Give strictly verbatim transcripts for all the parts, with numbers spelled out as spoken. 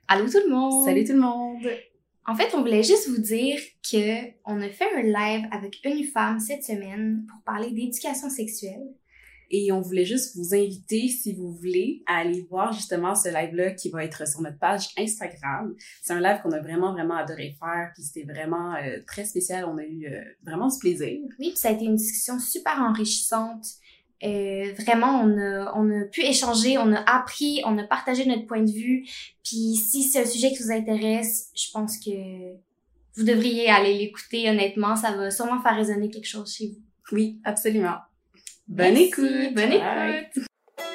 Allô tout le monde! Salut tout le monde! En fait, on voulait juste vous dire que on a fait un live avec une femme cette semaine pour parler d'éducation sexuelle. Et on voulait juste vous inviter, si vous voulez, à aller voir justement ce live-là qui va être sur notre page Instagram. C'est un live qu'on a vraiment, vraiment adoré faire, puis c'était vraiment euh, très spécial. On a eu euh, vraiment du plaisir. Oui, puis ça a été une discussion super enrichissante. Euh, vraiment, on a, on a pu échanger, on a appris, on a partagé notre point de vue. Puis si c'est un sujet qui vous intéresse, je pense que vous devriez aller l'écouter, honnêtement. Ça va sûrement faire résonner quelque chose chez vous. Oui, absolument. Bonne Merci, écoute! Bonne Bye. écoute!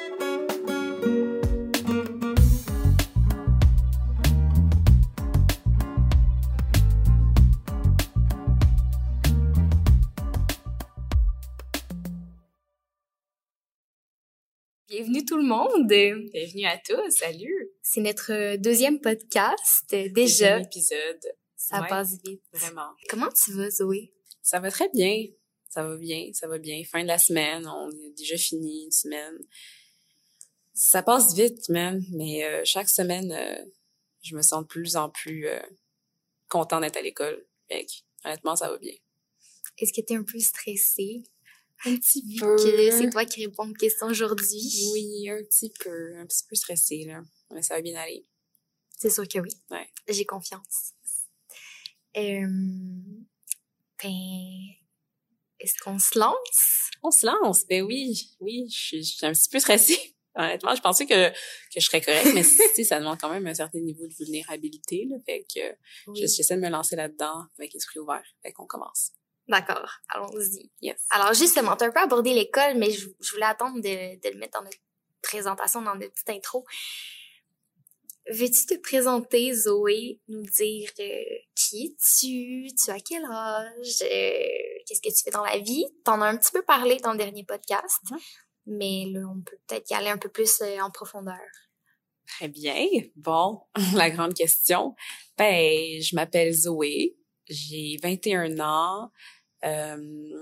Bienvenue tout le monde! Bienvenue à tous, salut! C'est notre deuxième podcast, déjà. Deuxième épisode. Ça Ouais, passe vite. Vraiment. Comment tu vas, Zoé? Ça va très bien. Ça va bien, ça va bien. Fin de la semaine, on est déjà fini une semaine. Ça passe vite, man, mais euh, chaque semaine, euh, je me sens de plus en plus euh, content d'être à l'école. Fait que, honnêtement, ça va bien. Est-ce que t'es un peu stressée? Un petit Vu peu. que c'est toi qui réponds aux questions aujourd'hui. Oui, un petit peu. Un petit peu stressée, là. Mais ça va bien aller. C'est sûr que oui. Ouais. J'ai confiance. Euh, ben, est-ce qu'on se lance? On se lance, ben oui, oui, je suis, je suis un petit peu stressée. Honnêtement, je pensais que que je serais correcte, mais tu sais, ça demande quand même un certain niveau de vulnérabilité, là, fait que Oui. j'essaie de me lancer là-dedans avec l'esprit ouvert, fait qu'on commence. D'accord, allons-y. Yes. Alors justement, t'as un peu abordé l'école, mais je, je voulais attendre de, de le mettre dans notre présentation, dans notre petite intro. Veux-tu te présenter, Zoé, nous dire euh, qui es-tu, tu as quel âge, euh, qu'est-ce que tu fais dans la vie? T'en as un petit peu parlé dans le dernier podcast, Mm-hmm. mais là, on peut peut-être y aller un peu plus euh, en profondeur. Très bien. Bon, la grande question. Ben, je m'appelle Zoé, j'ai vingt et un ans, euh,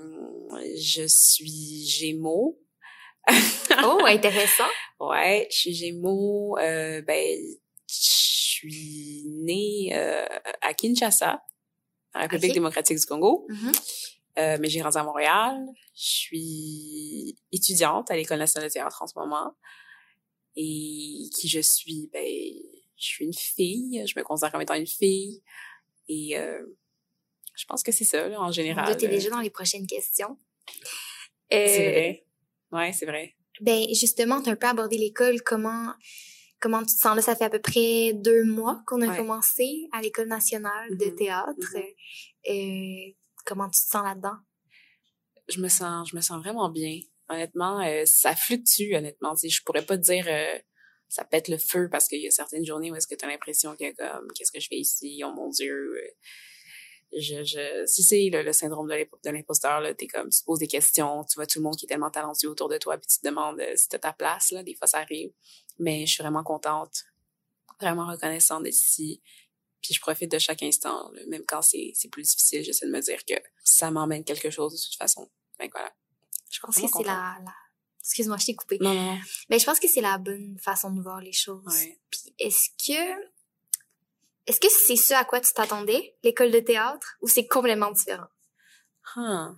je suis Gémeaux. Oh, intéressant. Ouais, je suis Gémeaux, euh, ben, je suis née euh, à Kinshasa, en République Okay. démocratique du Congo, Mm-hmm. euh, mais j'ai grandi à Montréal. Je suis étudiante à l'École nationale de théâtre en ce moment. Et qui je suis? Ben, je suis une fille, je me considère comme étant une fille. Et euh, je pense que c'est ça, là, en général. Là, t'es euh, déjà dans les prochaines questions. C'est Euh, vrai. Ouais, c'est vrai. Ben, justement, t'as un peu abordé l'école. Comment, comment tu te sens là? Ça fait à peu près deux mois qu'on a Ouais. commencé à l'École nationale de Mhm. théâtre. Euh, comment tu te sens là-dedans? Je me sens, je me sens vraiment bien. Honnêtement, euh, ça fluctue, honnêtement. Tu sais, je pourrais pas te dire euh, ça pète le feu parce qu'il y a certaines journées où est-ce que t'as l'impression que comme qu'est-ce que je fais ici, oh mon Dieu. euh, Je, je, si c'est le, le syndrome de l'imp- de l'imposteur, là, t'es comme, tu te poses des questions, tu vois tout le monde qui est tellement talentueux autour de toi, puis tu te demandes euh, si t'as ta place, là, des fois ça arrive. Mais je suis vraiment contente, vraiment reconnaissante d'être ici, puis je profite de chaque instant, là, même quand c'est, c'est plus difficile, j'essaie de me dire que ça m'emmène quelque chose de toute façon. Donc voilà. Je pense Vraiment que c'est contente. la, la... Excuse-moi, je t'ai coupé. Non, non, non. Mais je pense que c'est la bonne façon de voir les choses. Ouais. Puis est-ce que... Est-ce que c'est ce à quoi tu t'attendais, l'école de théâtre, ou c'est complètement différent? Huh.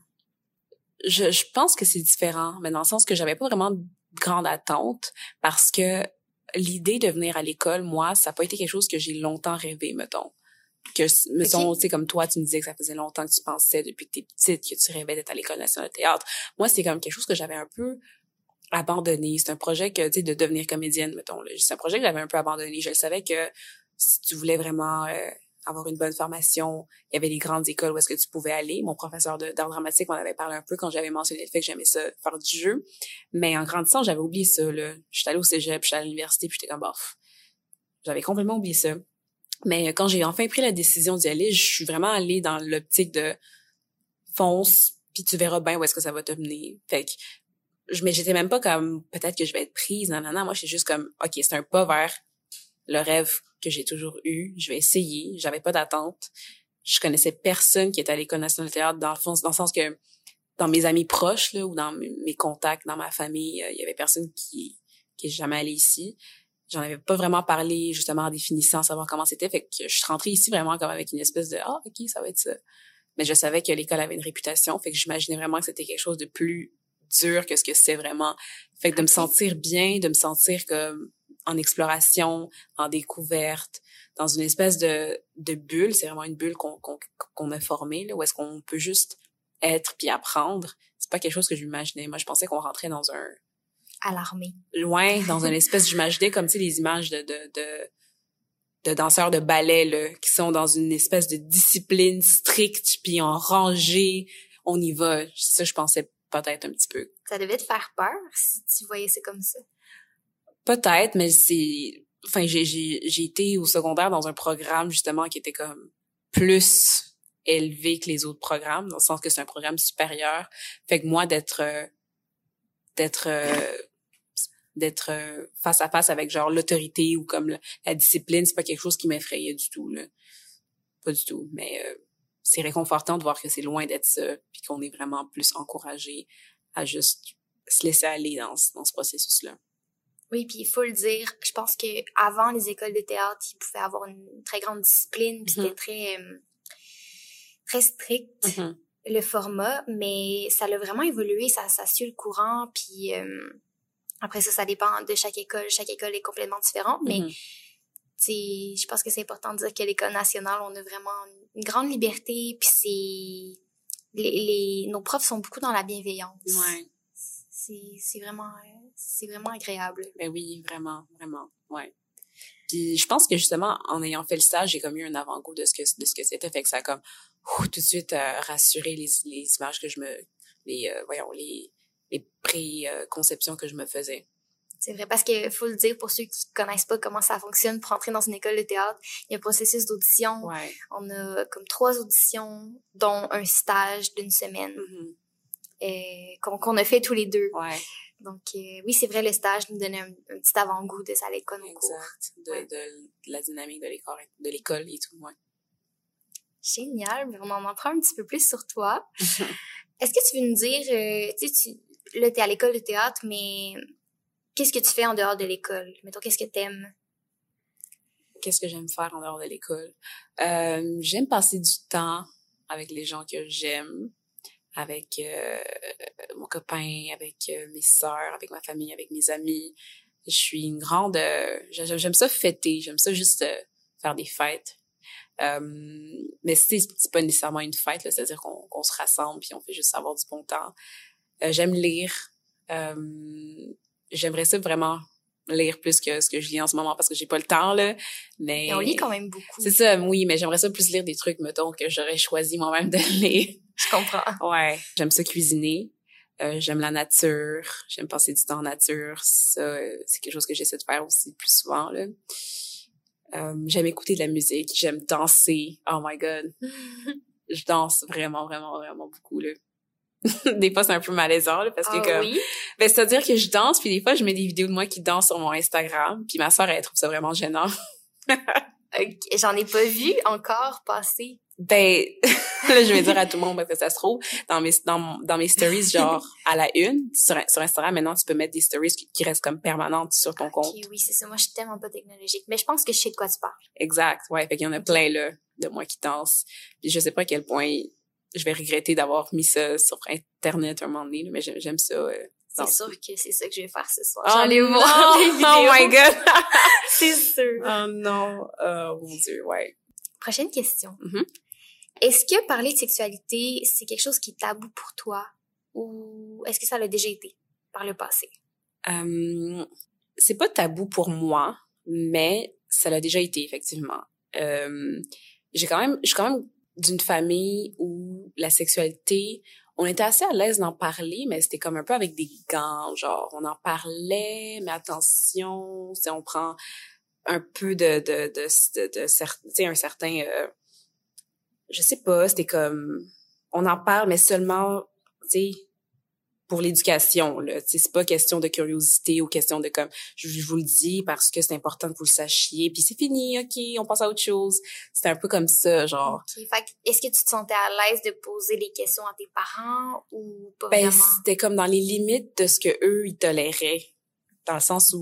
Je, je pense que c'est différent, mais dans le sens que j'avais pas vraiment de grande attente parce que l'idée de venir à l'école, moi, ça n'a pas été quelque chose que j'ai longtemps rêvé, mettons. Que, mettons, Okay. tu sais, comme toi, tu me disais que ça faisait longtemps que tu pensais depuis que t'es petite, que tu rêvais d'être à l'École nationale de théâtre. Moi, c'est comme quelque chose que j'avais un peu abandonné. C'est un projet que, tu sais, de devenir comédienne, mettons. Là. C'est un projet que j'avais un peu abandonné. Je le savais que si tu voulais vraiment euh, avoir une bonne formation, il y avait les grandes écoles où est-ce que tu pouvais aller. Mon professeur de, d'art dramatique m'en avait parlé un peu quand j'avais mentionné le fait que j'aimais ça, faire du jeu. Mais en grandissant, j'avais oublié ça, là. J'étais allée au cégep, j'étais à l'université, puis j'étais comme, bof. J'avais complètement oublié ça. Mais quand j'ai enfin pris la décision d'y aller, je suis vraiment allée dans l'optique de fonce, puis tu verras bien où est-ce que ça va te mener. Fait que, je, mais j'étais même pas comme, peut-être que je vais être prise, non, non, non. Moi, j'étais juste comme, OK, c'est un pas vers le rêve que j'ai toujours eu. Je vais essayer. J'avais pas d'attente. Je connaissais personne qui était à l'École nationale de théâtre, dans le fond, dans le sens que dans mes amis proches, là, ou dans mes contacts, dans ma famille, il y avait personne qui, qui est jamais allé ici. j'en avais pas vraiment parlé, justement, en définissant, savoir comment c'était. Fait que je suis rentrée ici vraiment comme avec une espèce de « Ah, OK, ça va être ça ». Mais je savais que l'école avait une réputation, fait que j'imaginais vraiment que c'était quelque chose de plus dur que ce que c'est vraiment. Fait que de me sentir bien, de me sentir comme en exploration, en découverte, dans une espèce de de bulle, c'est vraiment une bulle qu'on qu'on qu'on a formée là, où est-ce qu'on peut juste être puis apprendre. C'est pas quelque chose que j'imaginais. Moi, je pensais qu'on rentrait dans un à l'armée. Loin, dans une espèce, j'imaginais comme tu sais les images de de de de danseurs de ballet là, qui sont dans une espèce de discipline stricte puis en rangée, on y va. Ça, je pensais peut-être un petit peu. Ça devait te faire peur si tu voyais ça comme ça. Peut-être, mais c'est, enfin, j'ai j'ai j'ai été au secondaire dans un programme justement qui était comme plus élevé que les autres programmes, dans le sens que c'est un programme supérieur. Fait que moi d'être euh, d'être euh, d'être euh, face à face avec genre l'autorité ou comme la, la discipline, c'est pas quelque chose qui m'effrayait du tout là. Pas du tout, mais euh, c'est réconfortant de voir que c'est loin d'être ça, puis qu'on est vraiment plus encouragé à juste se laisser aller dans dans ce processus là. Oui, puis il faut le dire, je pense que avant les écoles de théâtre, ils pouvaient avoir une très grande discipline, puis mm-hmm. c'était très euh, très strict mm-hmm. le format, mais ça l'a vraiment évolué, ça ça suit le courant, puis euh, après ça ça dépend de chaque école, chaque école est complètement différente, mais mm-hmm. tu sais, je pense que c'est important de dire que l'école nationale, on a vraiment une grande liberté, puis c'est les, les nos profs sont beaucoup dans la bienveillance. Ouais. C'est c'est vraiment c'est vraiment agréable. Ben oui, vraiment, vraiment, ouais. Puis je pense que justement en ayant fait le stage, j'ai comme eu un avant-goût de ce que de ce que c'était, fait que ça a comme ouf, tout de suite euh, rassuré les les images que je me les euh, voyons les les préconceptions que je me faisais. C'est vrai, parce que faut le dire pour ceux qui connaissent pas comment ça fonctionne pour entrer dans une école de théâtre, il y a un processus d'audition. Ouais. On a comme trois auditions, dont un stage d'une semaine. Mm-hmm. Euh, qu'on, qu'on a fait tous les deux. Ouais. Donc, euh, oui, c'est vrai, le stage nous donnait un, un petit avant-goût de ça à l'école au cours. Exact. De, ouais. de, de la dynamique de l'école, de l'école et tout, ouais. Génial. Mais on en apprend un petit peu plus sur toi. Est-ce que tu veux nous dire, euh, tu sais, tu, là, t'es à l'école de théâtre, mais qu'est-ce que tu fais en dehors de l'école? Mettons, qu'est-ce que t'aimes? Qu'est-ce que j'aime faire en dehors de l'école? Euh, j'aime passer du temps avec les gens que j'aime. Avec euh, mon copain, avec euh, mes sœurs, avec ma famille, avec mes amis. Je suis une grande... Euh, j'aime, j'aime ça fêter, j'aime ça juste euh, faire des fêtes. Euh, mais c'est, c'est pas nécessairement une fête, là, c'est-à-dire qu'on, qu'on se rassemble puis on fait juste avoir du bon temps. Euh, j'aime lire. Euh, j'aimerais ça vraiment lire plus que ce que je lis en ce moment parce que j'ai pas le temps, là. Mais, mais on lit quand même beaucoup. C'est ça, oui, mais j'aimerais ça plus lire des trucs, mettons, que j'aurais choisi moi-même de lire. Je comprends. Ouais. J'aime ça cuisiner. Euh, j'aime la nature. J'aime passer du temps en nature. Ça, euh, c'est quelque chose que j'essaie de faire aussi plus souvent, là. Euh, j'aime écouter de la musique. J'aime danser. Oh my God. Je danse vraiment, vraiment, vraiment beaucoup, là. Des fois, c'est un peu malaisant, là, parce que oh, comme... oui? Ben, c'est-à-dire que je danse, puis des fois, je mets des vidéos de moi qui danse sur mon Instagram, puis ma sœur, elle trouve ça vraiment gênant. Okay. J'en ai pas vu encore passer. Ben, là, je vais dire à tout le monde parce que ça se trouve dans mes dans dans mes stories genre à la une sur sur Instagram maintenant tu peux mettre des stories qui, qui restent comme permanentes sur ton okay, compte. Oui, c'est ça. Moi, je suis tellement pas technologique, mais je pense que je sais de quoi tu parles. Exact, ouais. Fait qu'il y en a plein là de moi qui dansent. Puis je sais pas à quel point je vais regretter d'avoir mis ça sur Internet un moment donné, mais j'aime, j'aime ça. Euh, c'est sûr que c'est ça que je vais faire ce soir. Oh J'allais non! voir les vidéos. Oh my God! C'est sûr. Oh non! Oh mon Dieu, ouais. Prochaine question. Mm-hmm. Est-ce que parler de sexualité, c'est quelque chose qui est tabou pour toi? Ou est-ce que ça l'a déjà été par le passé? Euh, c'est pas tabou pour moi, mais ça l'a déjà été, effectivement. Euh, j'ai quand même, je suis quand même d'une famille où la sexualité, on était assez à l'aise d'en parler, mais c'était comme un peu avec des gants, genre, on en parlait, mais attention, si on prend un peu de, de, de, de, de, de tu sais, un certain, euh, je sais pas, c'était comme, on en parle, mais seulement, tu sais, pour l'éducation, là, tu sais, c'est pas question de curiosité ou question de comme, je, je vous le dis parce que c'est important que vous le sachiez, puis c'est fini, ok, on passe à autre chose. C'était un peu comme ça, genre. Ok, fait est-ce que tu te sentais à l'aise de poser des questions à tes parents ou pas ben, vraiment? C'était comme dans les limites de ce que eux ils toléraient, dans le sens où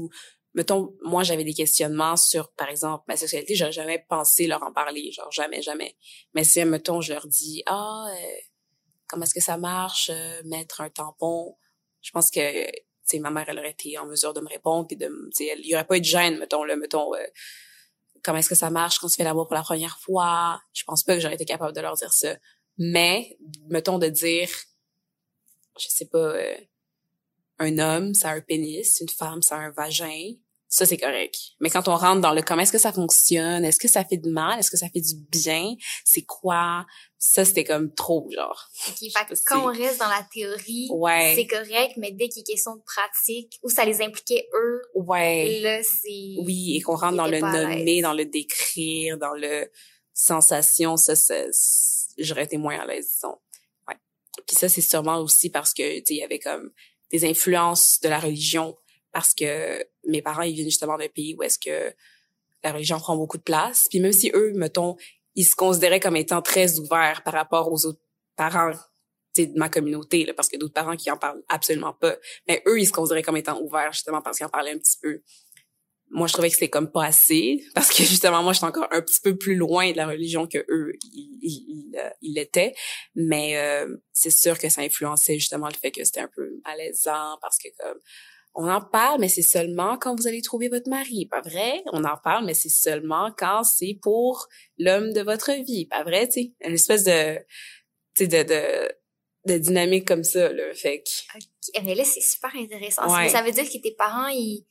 mettons, moi, j'avais des questionnements sur, par exemple, ma sexualité, j'aurais jamais pensé leur en parler, genre jamais, jamais. Mais si, mettons, je leur dis, ah, euh, comment est-ce que ça marche, euh, mettre un tampon, je pense que, tu sais, ma mère, elle aurait été en mesure de me répondre, puis de, tu sais, il y aurait pas eu de gêne, mettons, là, mettons, euh, comment est-ce que ça marche quand tu fais l'amour pour la première fois. Je pense pas que j'aurais été capable de leur dire ça. Mais, mettons, de dire, je sais pas, euh, un homme, ça a un pénis, une femme, ça a un vagin, ça, c'est correct. Mais quand on rentre dans le comment est-ce que ça fonctionne, est-ce que ça fait de mal, est-ce que ça fait du bien, c'est quoi, ça, c'était comme trop, genre. Okay, fait que quand on reste dans la théorie, ouais. c'est correct, mais dès qu'il y a question de pratique, où ça les impliquait eux, ouais. là, c'est... Oui, et qu'on rentre dans le nommer, dans le décrire, dans le sensation, ça, ça j'aurais été moins à l'aise, disons. Ouais. Puis ça, c'est sûrement aussi parce que, tu sais, il y avait comme des influences de la religion, parce que mes parents, ils viennent justement d'un pays où est-ce que la religion prend beaucoup de place. Puis même si eux, mettons, ils se considéraient comme étant très ouverts par rapport aux autres parents, tu sais, de ma communauté, là, parce que d'autres parents qui en parlent absolument pas. Mais eux, ils se considéraient comme étant ouverts, justement, parce qu'ils en parlaient un petit peu. Moi, je trouvais que c'était comme pas assez, parce que justement, moi, j'étais encore un petit peu plus loin de la religion que eux, ils, ils, ils, ils l'étaient. Mais euh, c'est sûr que ça influençait justement le fait que c'était un peu malaisant, parce que comme on en parle, mais c'est seulement quand vous allez trouver votre mari, pas vrai? On en parle, mais c'est seulement quand c'est pour l'homme de votre vie, pas vrai? Tu sais, une espèce de, tu sais, de, de, de dynamique comme ça, là, fait que... Okay. Mais là, c'est super intéressant. Ouais. Ça veut dire que tes parents, ils...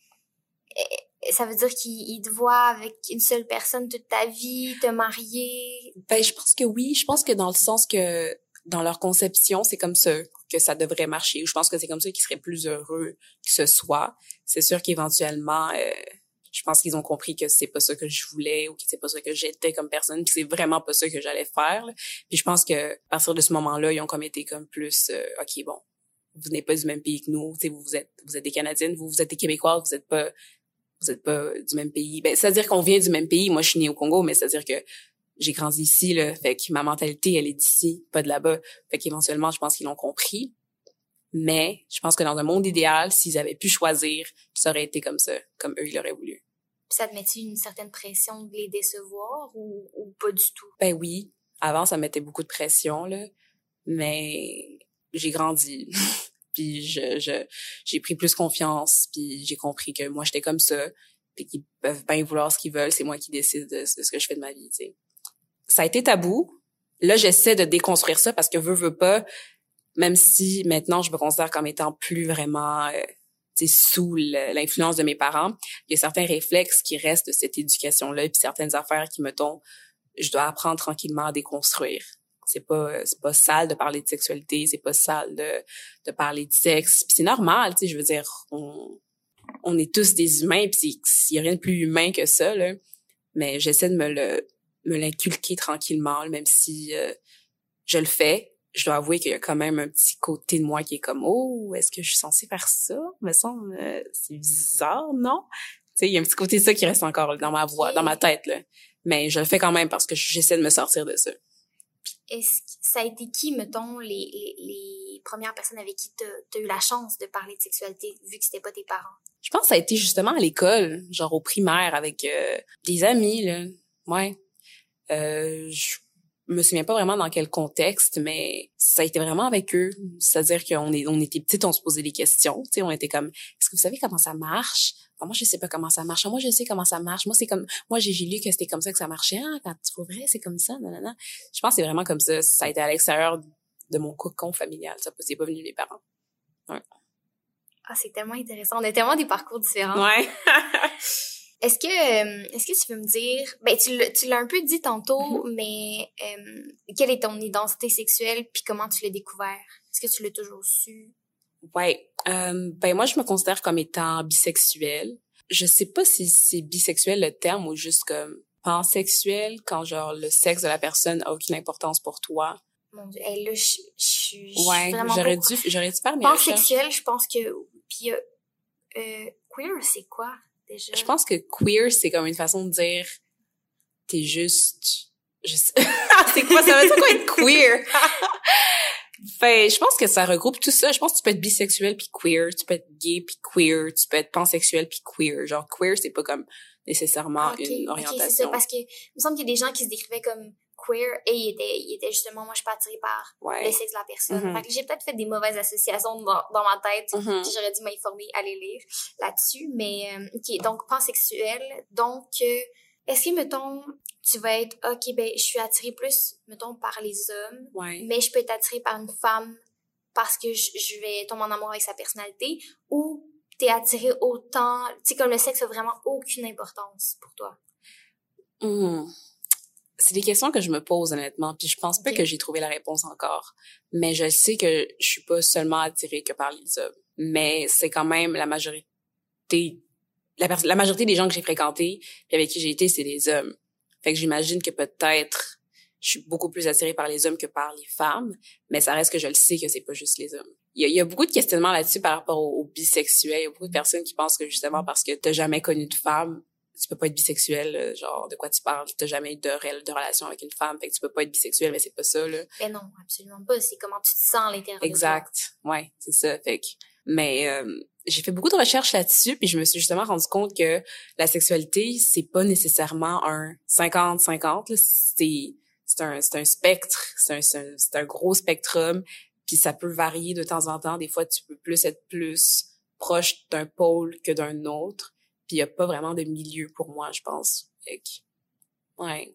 Ça veut dire qu'ils te voient avec une seule personne toute ta vie, te marier? Ben, je pense que oui. Je pense que dans le sens que dans leur conception, c'est comme ça que ça devrait marcher. Je pense que c'est comme ça qu'ils seraient plus heureux que ce soit. C'est sûr qu'éventuellement, euh, je pense qu'ils ont compris que c'est pas ça que je voulais ou que c'est pas ça que j'étais comme personne, que c'est vraiment pas ça que j'allais faire. Là. Puis je pense que à partir de ce moment-là, ils ont comme été comme plus, euh, ok, bon, vous n'êtes pas du même pays que nous. Tu sais, vous, vous êtes, vous êtes des Canadiennes, vous, vous êtes des Québécoises, vous êtes pas, vous êtes pas du même pays. Ben, c'est-à-dire qu'on vient du même pays. Moi, je suis née au Congo, mais c'est-à-dire que j'ai grandi ici, là. Fait que ma mentalité, elle est d'ici, pas de là-bas. Fait qu'éventuellement, je pense qu'ils l'ont compris. Mais je pense que dans un monde idéal, s'ils avaient pu choisir, ça aurait été comme ça, comme eux, ils l'auraient voulu. Ça te met-tu une certaine pression de les décevoir ou, ou pas du tout? Ben oui. Avant, ça me mettait beaucoup de pression, là. Mais j'ai grandi. Puis je, je, j'ai pris plus confiance. Puis j'ai compris que moi, j'étais comme ça. Puis qu'ils peuvent bien vouloir ce qu'ils veulent. C'est moi qui décide de, de ce que je fais de ma vie, tu sais. Ça a été tabou. Là, j'essaie de déconstruire ça parce que veux, veux pas, même si maintenant je me considère comme étant plus vraiment euh, sous l'influence de mes parents, il y a certains réflexes qui restent de cette éducation-là et puis certaines affaires qui, mettons, je dois apprendre tranquillement à déconstruire. C'est pas c'est pas sale de parler de sexualité, c'est pas sale de de parler de sexe, puis c'est normal, tu sais, je veux dire, on on est tous des humains, puis il y a rien de plus humain que ça, là. Mais j'essaie de me le me l'inculquer tranquillement, même si euh, je le fais. Je dois avouer qu'il y a quand même un petit côté de moi qui est comme « Oh, est-ce que je suis censée faire ça? Me semble, euh, c'est bizarre, non? » Tu sais, il y a un petit côté de ça qui reste encore dans ma voix, dans ma tête, là. Mais je le fais quand même parce que j'essaie de me sortir de ça. Est-ce que ça a été qui, mettons, les, les, les premières personnes avec qui t'as, t'as eu la chance de parler de sexualité, vu que c'était pas tes parents? Je pense que ça a été justement à l'école, genre au primaire, avec euh, des amis, là. Ouais. Euh, je me souviens pas vraiment dans quel contexte, mais ça a été vraiment avec eux. C'est-à-dire qu'on est, on était petites, on se posait des questions. Tu sais, on était comme, est-ce que vous savez comment ça marche? Ah, moi, je sais pas comment ça marche. Ah, moi, je sais comment ça marche. Moi, c'est comme, moi, j'ai, j'ai lu que c'était comme ça que ça marchait. Ah, quand tu vois vrai, c'est comme ça, non, non, non. Je pense que c'est vraiment comme ça. Ça a été à l'extérieur de mon cocon familial. Ça, c'est pas venu de mes parents. Ouais. Ah, c'est tellement intéressant. On a tellement des parcours différents. Ouais. Est-ce que euh, est-ce que tu veux me dire, ben tu l'as, tu l'as un peu dit tantôt, mm-hmm. mais euh, quelle est ton identité sexuelle puis comment tu l'as découvert? Est-ce que tu l'as toujours su? Ouais, euh, ben moi je me considère comme étant bisexuelle. Je sais pas si c'est bisexuel le terme ou juste comme pansexuel quand genre le sexe de la personne a aucune importance pour toi. Mon Dieu, hey, là je je ouais, vraiment j'aurais pas... dû j'aurais dû faire mes pansexuel, je pense que puis euh, euh, queer c'est quoi? Déjà. Je pense que queer, c'est comme une façon de dire t'es juste... Je sais... c'est quoi, ça veut dire quoi être queer? Fait, je pense que ça regroupe tout ça. Je pense que tu peux être bisexuel puis queer, tu peux être gay puis queer, tu peux être pansexuel puis queer. Genre, queer, c'est pas comme nécessairement okay, une orientation. Ok, c'est ça, parce que il me semble qu'il y a des gens qui se décrivaient comme queer et ils étaient, ils étaient justement, moi, je suis pas attirée par ouais. le sexe de la personne. Mm-hmm. Fait que j'ai peut-être fait des mauvaises associations dans, dans ma tête, mm-hmm. puis j'aurais dû m'informer, aller lire là-dessus. Mais, euh, ok, donc pansexuel. Donc, euh, est-ce que, mettons, tu vas être, ok, ben, je suis attirée plus, mettons, par les hommes, ouais. mais je peux être attirée par une femme parce que je, je vais tomber en amour avec sa personnalité, ou t'es attirée autant, tu sais, comme le sexe a vraiment aucune importance pour toi? Mm. C'est des questions que je me pose, honnêtement, puis je pense okay. pas que j'ai trouvé la réponse encore. Mais je sais que je suis pas seulement attirée que par les hommes. Mais c'est quand même la majorité, la, pers- la majorité des gens que j'ai fréquentés, puis avec qui j'ai été, c'est des hommes. Fait que j'imagine que peut-être je suis beaucoup plus attirée par les hommes que par les femmes, mais ça reste que je le sais que c'est pas juste les hommes. Il y a, il y a beaucoup de questionnements là-dessus par rapport aux, aux bisexuels. Il y a beaucoup de personnes qui pensent que justement parce que t'as jamais connu de femme, tu peux pas être bisexuel, genre de quoi tu parles, t'as jamais eu de, de relation avec une femme, fait que tu peux pas être bisexuel, mais c'est pas ça, là. Ben non, absolument pas, c'est comment tu te sens à l'intérieur exact. de toi. Ouais, c'est ça, fait que, mais euh, j'ai fait beaucoup de recherches là-dessus, puis je me suis justement rendu compte que la sexualité, c'est pas nécessairement un cinquante cinquante, là, c'est, c'est un, c'est un spectre, c'est un, c'est un, c'est un gros spectrum, puis ça peut varier de temps en temps, des fois tu peux plus être plus proche d'un pôle que d'un autre. Puis il y a pas vraiment de milieu pour moi, je pense. Fait que, ouais.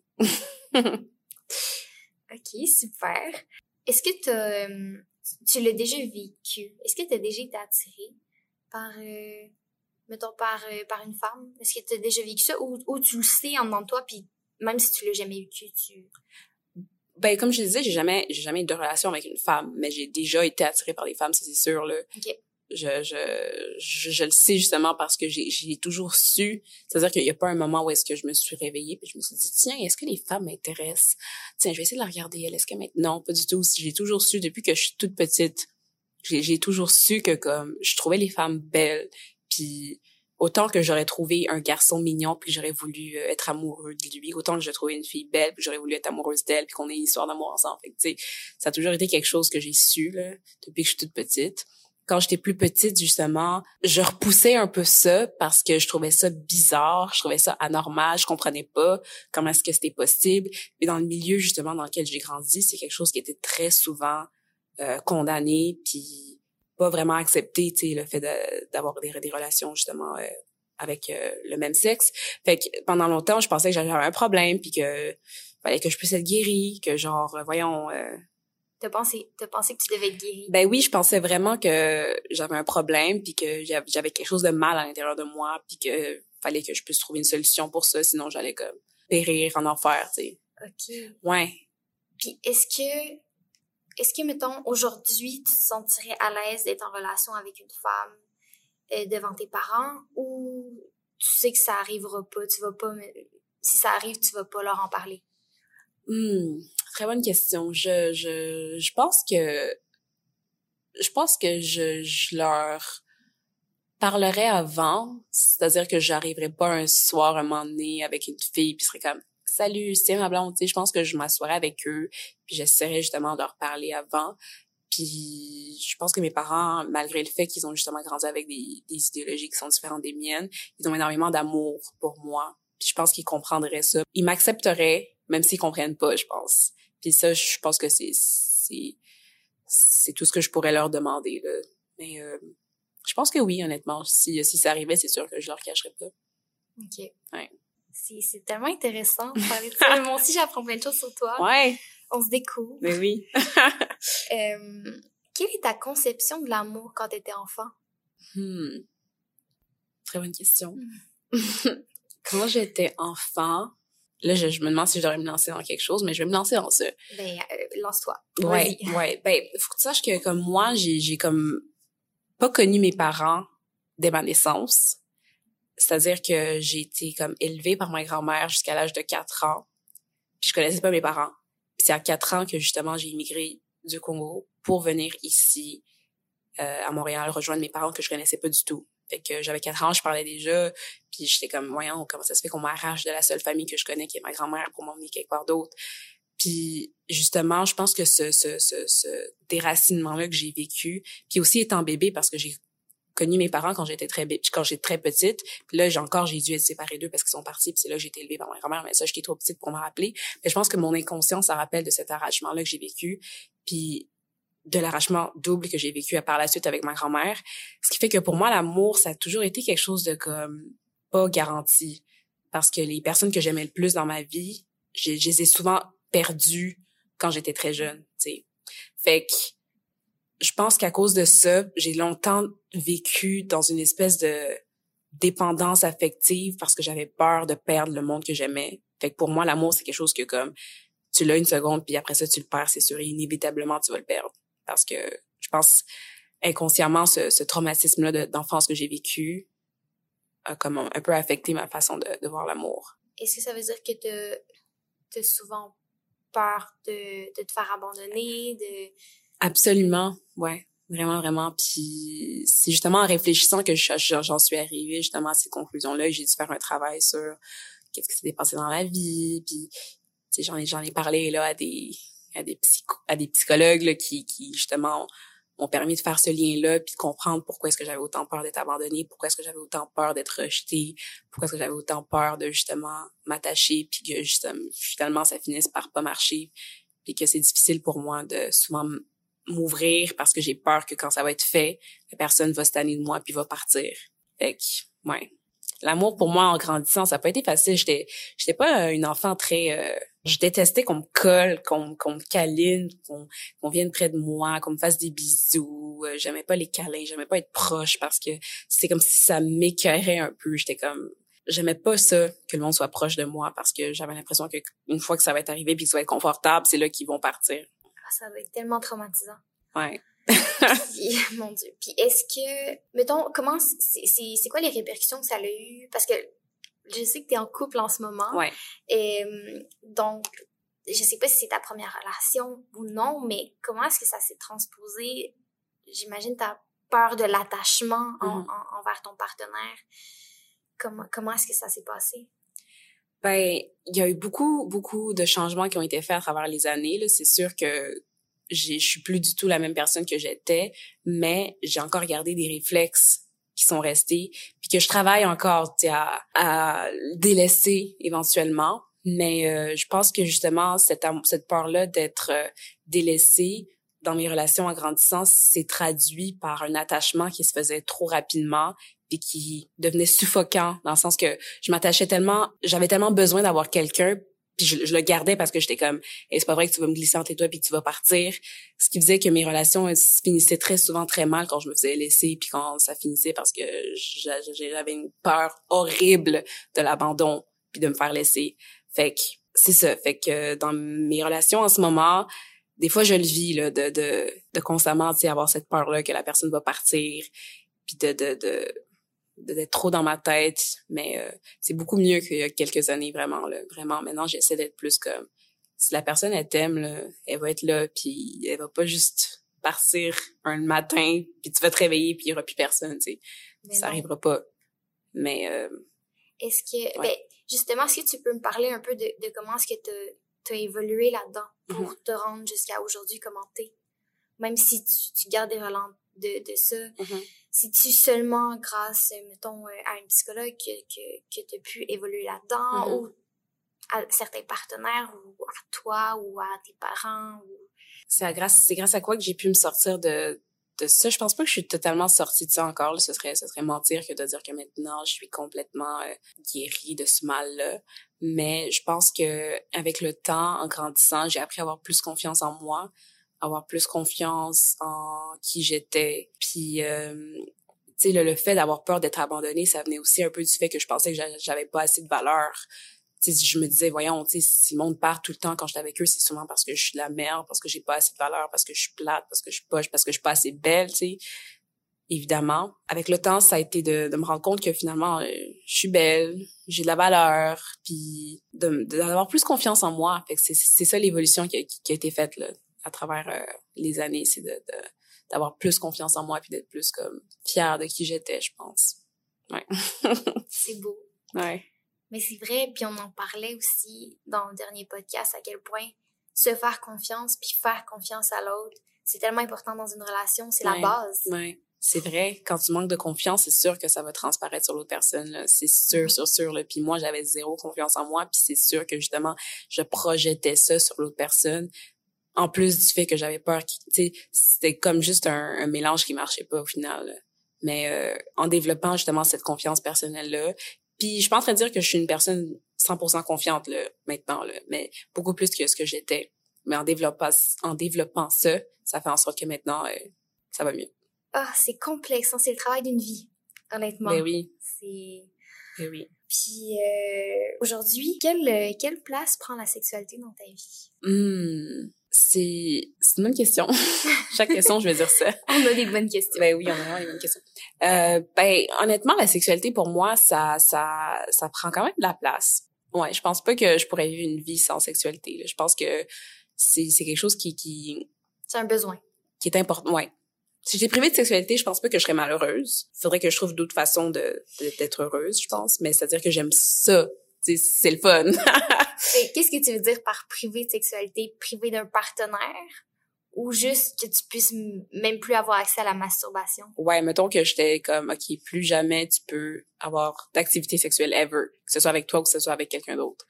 Ok, super. Est-ce que t'as, euh, tu l'as déjà vécu? Est-ce que t'as déjà été attirée par, euh, mettons, par, euh, par une femme? Est-ce que t'as déjà vécu ça? Ou, ou tu le sais en dedans de toi, puis même si tu l'as jamais vécu, tu... Ben, comme je disais, j'ai jamais, j'ai jamais eu de relation avec une femme, mais j'ai déjà été attirée par des femmes, ça c'est sûr, là. Ok. Je, je, je, je le sais justement parce que j'ai, j'ai toujours su. C'est-à-dire qu'il y a pas un moment où est-ce que je me suis réveillée puis je me suis dit, tiens, est-ce que les femmes m'intéressent? Tiens, je vais essayer de la regarder, elle. Est-ce que non, pas du tout. J'ai toujours su, depuis que je suis toute petite, j'ai, j'ai toujours su que comme, je trouvais les femmes belles. Puis, autant que j'aurais trouvé un garçon mignon puis que j'aurais voulu être amoureux de lui, autant que j'ai trouvé une fille belle puis que j'aurais voulu être amoureuse d'elle puis qu'on ait une histoire d'amour ensemble. Fait que, tu sais, ça a toujours été quelque chose que j'ai su, là, depuis que je suis toute petite. Quand j'étais plus petite, justement, je repoussais un peu ça parce que je trouvais ça bizarre, je trouvais ça anormal, je comprenais pas comment est-ce que c'était possible. Et dans le milieu, justement, dans lequel j'ai grandi, c'est quelque chose qui était très souvent euh, condamné puis pas vraiment accepté, tu sais, le fait de, d'avoir des, des relations, justement, euh, avec euh, le même sexe. Fait que pendant longtemps, je pensais que j'avais un problème puis que fallait que je puisse être guérie, que genre, euh, voyons... Euh, T'as pensé, t'as pensé que tu devais être guérie? Ben oui, je pensais vraiment que j'avais un problème puis que j'avais quelque chose de mal à l'intérieur de moi puis que fallait que je puisse trouver une solution pour ça, sinon j'allais comme périr en enfer, tu sais. Ok. Ouais. Puis est-ce que, est-ce que, mettons, aujourd'hui, tu te sentirais à l'aise d'être en relation avec une femme euh, devant tes parents, ou tu sais que ça arrivera pas, tu vas pas, si ça arrive, tu vas pas leur en parler? Hmm, très bonne question. Je, je, je pense que, je pense que je, je leur parlerais avant, c'est-à-dire que j'arriverais pas un soir, un moment donné, avec une fille, puis serais comme, salut, c'est ma blonde, tu sais, je pense que je m'assoirais avec eux, puis j'essaierais justement de leur parler avant. Puis je pense que mes parents, malgré le fait qu'ils ont justement grandi avec des, des idéologies qui sont différentes des miennes, ils ont énormément d'amour pour moi. Puis je pense qu'ils comprendraient ça. Ils m'accepteraient, même s'ils comprennent pas, je pense. Puis ça, je pense que c'est c'est c'est tout ce que je pourrais leur demander, là. Mais euh, je pense que oui, honnêtement. Si, si ça arrivait, c'est sûr que je leur cacherais pas. OK. Ouais. C'est, c'est tellement intéressant de parler de ça. Moi aussi, j'apprends plein de choses sur toi. Ouais. On se découvre. Mais oui. euh, quelle est ta conception de l'amour quand t'étais enfant? Hmm. Très bonne question. Mm. Quand j'étais enfant, là, je, je me demande si je devrais me lancer dans quelque chose, mais je vais me lancer dans ça. Ben, euh, lance-toi. Ouais, Vas-y. ouais. Ben, faut que tu saches que, comme moi, j'ai, j'ai comme pas connu mes parents dès ma naissance. C'est-à-dire que j'ai été comme élevée par ma grand-mère jusqu'à l'âge de quatre ans. Puis je connaissais pas mes parents. Puis c'est à quatre ans que, justement, j'ai immigré du Congo pour venir ici, euh, à Montréal, rejoindre mes parents que je connaissais pas du tout. Fait que j'avais quatre ans, je parlais déjà, puis j'étais comme, voyons, comment ça se fait qu'on m'arrache de la seule famille que je connais, qui est ma grand-mère, pour m'emmener quelque part d'autre. Puis justement, je pense que ce ce ce, ce déracinement-là que j'ai vécu, puis aussi étant bébé, parce que j'ai connu mes parents quand j'étais très quand j'étais très petite, puis là j'ai encore j'ai dû être séparée d'eux parce qu'ils sont partis, puis c'est là que j'ai été élevée par ma grand-mère, mais ça j'étais trop petite pour me rappeler. Mais je pense que mon inconscient ça rappelle de cet arrachement-là que j'ai vécu, puis de l'arrachement double que j'ai vécu par la suite avec ma grand-mère, ce qui fait que pour moi l'amour ça a toujours été quelque chose de comme pas garanti, parce que les personnes que j'aimais le plus dans ma vie, je, je les ai souvent perdues quand j'étais très jeune, tu sais. Fait que je pense qu'à cause de ça, j'ai longtemps vécu dans une espèce de dépendance affective parce que j'avais peur de perdre le monde que j'aimais. Fait que pour moi, l'amour, c'est quelque chose que comme tu l'as une seconde, puis après ça, tu le perds, c'est sûr, et inévitablement, tu vas le perdre. Parce que je pense inconsciemment, ce, ce traumatisme-là de, d'enfance que j'ai vécu a comme un, un peu affecté ma façon de, de voir l'amour. Est-ce que ça veut dire que t'as, t'as souvent peur de, de te faire abandonner, de... Absolument, ouais, vraiment, vraiment. Puis c'est justement en réfléchissant que je, j'en suis arrivée justement à ces conclusions-là. J'ai dû faire un travail sur qu'est-ce qui s'était passé dans la vie. Puis tu sais, j'en ai, j'en ai parlé là à des, à des psycho, à des psychologues là, qui, qui justement m'ont permis de faire ce lien-là, puis de comprendre pourquoi est-ce que j'avais autant peur d'être abandonnée, pourquoi est-ce que j'avais autant peur d'être rejetée, pourquoi est-ce que j'avais autant peur de justement m'attacher, puis que justement finalement ça finisse par pas marcher, puis que c'est difficile pour moi de souvent m'ouvrir parce que j'ai peur que quand ça va être fait, la personne va se tanner de moi puis va partir. Fait que, ouais. L'amour, pour moi, en grandissant, ça n'a pas été facile. J'étais, j'étais pas une enfant très... Euh, je détestais qu'on me colle, qu'on, qu'on me câline, qu'on, qu'on vienne près de moi, qu'on me fasse des bisous. Euh, j'aimais pas les câlins, j'aimais pas être proche parce que c'est comme si ça m'écœurait un peu. J'étais comme... J'aimais pas ça, que le monde soit proche de moi parce que j'avais l'impression que une fois que ça va être arrivé puis que ça va être confortable, c'est là qu'ils vont partir. Ça doit être tellement traumatisant. Ouais. Puis, mon Dieu. Puis est-ce que, mettons, comment, c'est, c'est, c'est quoi les répercussions que ça a eu? Parce que je sais que t'es en couple en ce moment. Ouais. Et donc, je sais pas si c'est ta première relation ou non, mais comment est-ce que ça s'est transposé? J'imagine t'as peur de l'attachement en, mm-hmm. en, envers ton partenaire. Comment, comment est-ce que ça s'est passé? Ben, il y a eu beaucoup, beaucoup de changements qui ont été faits à travers les années, là. C'est sûr que j'ai, je suis plus du tout la même personne que j'étais, mais j'ai encore gardé des réflexes qui sont restés, puis que je travaille encore, tu sais, à, à délaisser éventuellement. Mais euh, je pense que justement, cette, cette peur-là d'être euh, délaissée dans mes relations en grandissant, c'est traduit par un attachement qui se faisait trop rapidement, puis qui devenait suffocant, dans le sens que je m'attachais tellement, j'avais tellement besoin d'avoir quelqu'un, puis je, je le gardais parce que j'étais comme hey, c'est pas vrai que tu vas me glisser entre toi puis que tu vas partir, ce qui faisait que mes relations finissaient très souvent très mal quand je me faisais laisser, puis quand ça finissait parce que j'avais une peur horrible de l'abandon puis de me faire laisser. Fait que c'est ça, fait que dans mes relations en ce moment, des fois je le vis là de de de constamment, tu sais, avoir cette peur là que la personne va partir, puis de de de d'être trop dans ma tête, mais euh, c'est beaucoup mieux qu'il y a quelques années, vraiment, là, vraiment. Maintenant, j'essaie d'être plus comme, si la personne, elle t'aime, là, elle va être là, puis elle va pas juste partir un matin, puis tu vas te réveiller, puis il y aura plus personne, tu sais. Mais ça non. Arrivera pas. Mais... Euh, est-ce que... Ouais. Ben, justement, est-ce que tu peux me parler un peu de, de comment est-ce que t'as, t'as évolué là-dedans pour mm-hmm. te rendre jusqu'à aujourd'hui, comment t'es? Même si tu, tu gardes des relents de, de ça, mm-hmm. c'est-tu seulement grâce, mettons, à un psychologue que, que, que tu as pu évoluer là-dedans, mm-hmm. ou à certains partenaires, ou à toi, ou à tes parents? Ou... C'est, à grâce, c'est grâce à quoi que j'ai pu me sortir de, de ça. Je pense pas que je suis totalement sortie de ça encore. Là. Ce serait, ce serait mentir que de dire que maintenant, je suis complètement euh, guérie de ce mal-là. Mais je pense que avec le temps, en grandissant, j'ai appris à avoir plus confiance en moi, avoir plus confiance en qui j'étais. Puis, euh, tu sais, le, le fait d'avoir peur d'être abandonnée, ça venait aussi un peu du fait que je pensais que j'avais pas assez de valeur. Tu sais, je me disais, voyons, tu sais, si le monde part tout le temps quand j'étais avec eux, c'est souvent parce que je suis de la merde, parce que j'ai pas assez de valeur, parce que je suis plate, parce que je suis poche, parce que je suis pas assez belle, tu sais. Évidemment. Avec le temps, ça a été de, de me rendre compte que finalement, euh, je suis belle, j'ai de la valeur, puis de, de, d'avoir plus confiance en moi. Fait que c'est, c'est ça l'évolution qui a, qui a été faite, là, à travers euh, les années, c'est de, de d'avoir plus confiance en moi puis d'être plus comme fière de qui j'étais, je pense. Ouais. C'est beau. Ouais. Mais c'est vrai, puis on en parlait aussi dans le dernier podcast à quel point se faire confiance puis faire confiance à l'autre, c'est tellement important dans une relation, c'est ouais, la base. Ouais. C'est vrai, quand tu manques de confiance, c'est sûr que ça va transparaître sur l'autre personne, là. C'est sûr, sûr, sûr, là. Puis moi, j'avais zéro confiance en moi, puis c'est sûr que, justement, je projetais ça sur l'autre personne. En plus du fait que j'avais peur, tu sais, c'était comme juste un, un mélange qui marchait pas au final, là. Mais euh, en développant, justement, cette confiance personnelle-là, puis je suis pas en train de dire que je suis une personne cent pour cent confiante, là, maintenant, là, mais beaucoup plus que ce que j'étais. Mais en développant, en développant ça, ça fait en sorte que maintenant, euh, ça va mieux. Ah, c'est complexe, hein? C'est le travail d'une vie, honnêtement. Ben oui. C'est... Ben oui. Puis, euh, aujourd'hui, quelle, quelle place prend la sexualité dans ta vie? Hmm, c'est, c'est une bonne question. Chaque question, je vais dire ça. On a des bonnes questions. Ben oui, on a vraiment des bonnes questions. Euh, ben, honnêtement, la sexualité, pour moi, ça, ça, ça prend quand même de la place. Ouais, je pense pas que je pourrais vivre une vie sans sexualité, là. Je pense que c'est, c'est quelque chose qui, qui... C'est un besoin. Qui est important, ouais. Si j'étais privée de sexualité, je pense pas que je serais malheureuse. Il faudrait que je trouve d'autres façons de, de d'être heureuse, je pense. Mais c'est-à-dire que j'aime ça. C'est, c'est le fun. Qu'est-ce que tu veux dire par privé de sexualité? Privé d'un partenaire? Ou juste que tu puisses m- même plus avoir accès à la masturbation? Ouais, mettons que j'étais comme, OK, plus jamais tu peux avoir d'activité sexuelle ever. Que ce soit avec toi ou que ce soit avec quelqu'un d'autre.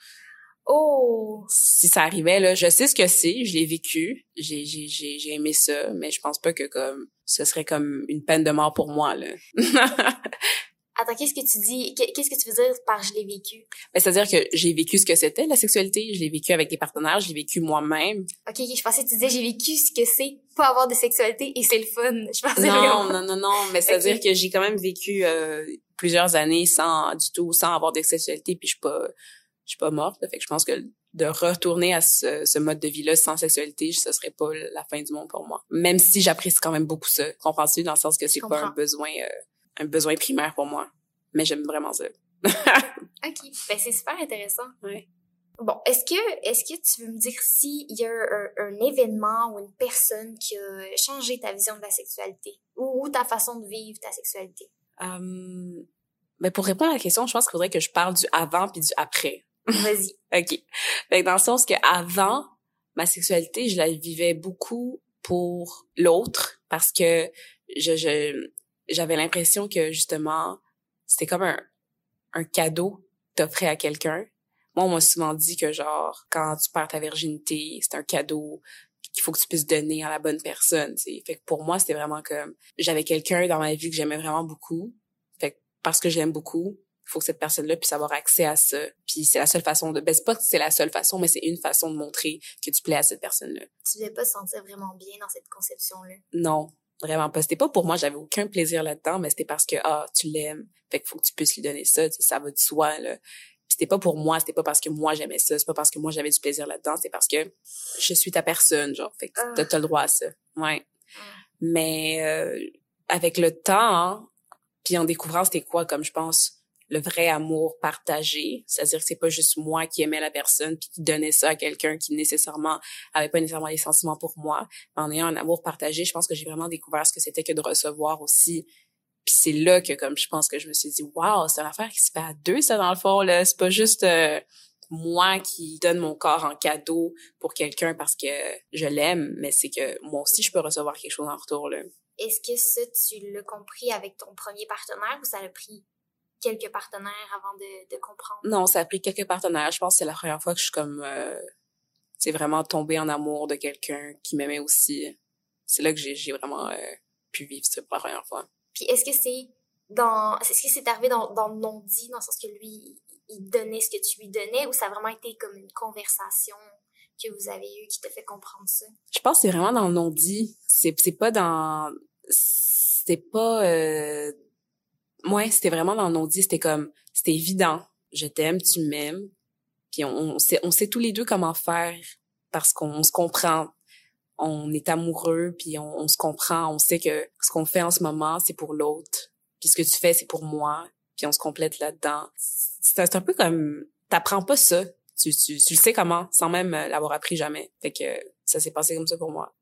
Oh! Si ça arrivait, là, je sais ce que c'est, je l'ai vécu, j'ai, j'ai, j'ai, j'ai aimé ça, mais je pense pas que comme, ce serait comme une peine de mort pour moi, là. Attends, qu'est-ce que tu dis? Qu'est-ce que tu veux dire par « je l'ai vécu » ? Ben, c'est-à-dire que j'ai vécu ce que c'était, la sexualité, je l'ai vécu avec des partenaires, je l'ai vécu moi-même. Ok, ok, je pensais que tu disais « j'ai vécu ce que c'est pas avoir de sexualité et c'est le fun ». Je pensais Non, vraiment... non, non, non, mais c'est-à-dire Okay. que j'ai quand même vécu euh, plusieurs années sans, du tout, sans avoir de sexualité, puis je suis pas... je suis pas morte, là, fait que je pense que de retourner à ce, ce mode de vie-là sans sexualité, ce serait pas la fin du monde pour moi. Même si j'apprécie quand même beaucoup ça. Comprends-tu? Dans le sens que c'est pas un besoin, euh, un besoin primaire pour moi. Mais j'aime vraiment ça. Ok. Ben, c'est super intéressant. Ouais. Bon, est-ce que, est-ce que tu veux me dire s'il y a un, un événement ou une personne qui a changé ta vision de la sexualité ou, ou ta façon de vivre ta sexualité? Um, ben, pour répondre à la question, je pense qu'il faudrait que je parle du avant puis du après. Vas-y. OK. Fait que dans le sens que avant, ma sexualité, je la vivais beaucoup pour l'autre parce que je, je j'avais l'impression que justement c'était comme un un cadeau t'offrais à quelqu'un. Moi, on m'a souvent dit que genre quand tu perds ta virginité, c'est un cadeau qu'il faut que tu puisses donner à la bonne personne, tu sais. Fait que pour moi, c'était vraiment comme j'avais quelqu'un dans ma vie que j'aimais vraiment beaucoup. Fait que parce que je l'aime beaucoup, il faut que cette personne-là puisse avoir accès à ça. Puis c'est la seule façon de... Ben, c'est pas que c'est la seule façon, mais c'est une façon de montrer que tu plais à cette personne-là. Tu devais pas te sentir vraiment bien dans cette conception-là? Non, vraiment pas. C'était pas pour moi, j'avais aucun plaisir là-dedans, mais c'était parce que, ah, tu l'aimes, fait qu'il faut que tu puisses lui donner ça, tu sais, ça va de soi, là. Puis c'était pas pour moi, c'était pas parce que moi j'aimais ça, c'est pas parce que moi j'avais du plaisir là-dedans, c'est parce que je suis ta personne, genre, fait que uh. t'as, t'as le droit à ça. Ouais. Uh. Mais euh, avec le temps, puis en découvrant c'était quoi, comme je pense... le vrai amour partagé, c'est-à-dire que c'est pas juste moi qui aimais la personne puis qui donnait ça à quelqu'un qui nécessairement avait pas nécessairement les sentiments pour moi. En ayant un amour partagé, je pense que j'ai vraiment découvert ce que c'était que de recevoir aussi. Puis c'est là que comme je pense que je me suis dit waouh, c'est une affaire qui se fait à deux ça dans le fond là, c'est pas juste euh, moi qui donne mon corps en cadeau pour quelqu'un parce que je l'aime, mais c'est que moi aussi je peux recevoir quelque chose en retour là. Est-ce que ça tu l'as compris avec ton premier partenaire ou ça l'a pris quelques partenaires avant de, de comprendre? Non, ça a pris quelques partenaires. Je pense que c'est la première fois que je suis comme... Euh, c'est vraiment tombée en amour de quelqu'un qui m'aimait aussi. C'est là que j'ai, j'ai vraiment euh, pu vivre ça pour la première fois. Puis est-ce que c'est dans... Est-ce que c'est arrivé dans, dans le non-dit, dans le sens que lui, il donnait ce que tu lui donnais, ou ça a vraiment été comme une conversation que vous avez eue qui t'a fait comprendre ça? Je pense que c'est vraiment dans le non-dit. C'est, c'est pas dans... C'est pas... Euh, Ouais, c'était vraiment dans le non-dit, c'était comme, c'était évident. Je t'aime, tu m'aimes. Puis on, on sait, on sait tous les deux comment faire parce qu'on on se comprend. On est amoureux, puis on, on se comprend. On sait que ce qu'on fait en ce moment, c'est pour l'autre. Puis ce que tu fais, c'est pour moi. Puis on se complète là-dedans. C'est, c'est un peu comme, t'apprends pas ça. Tu, tu, tu le sais comment, sans même l'avoir appris jamais. Fait que ça s'est passé comme ça pour moi.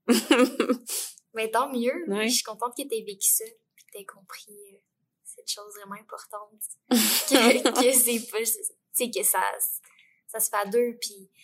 Mais tant mieux. Ouais. Je suis contente que t'aies vécu ça, puis que t'aies compris... Euh... cette chose vraiment importante que, que c'est pas tu sais que ça ça se fait à deux puis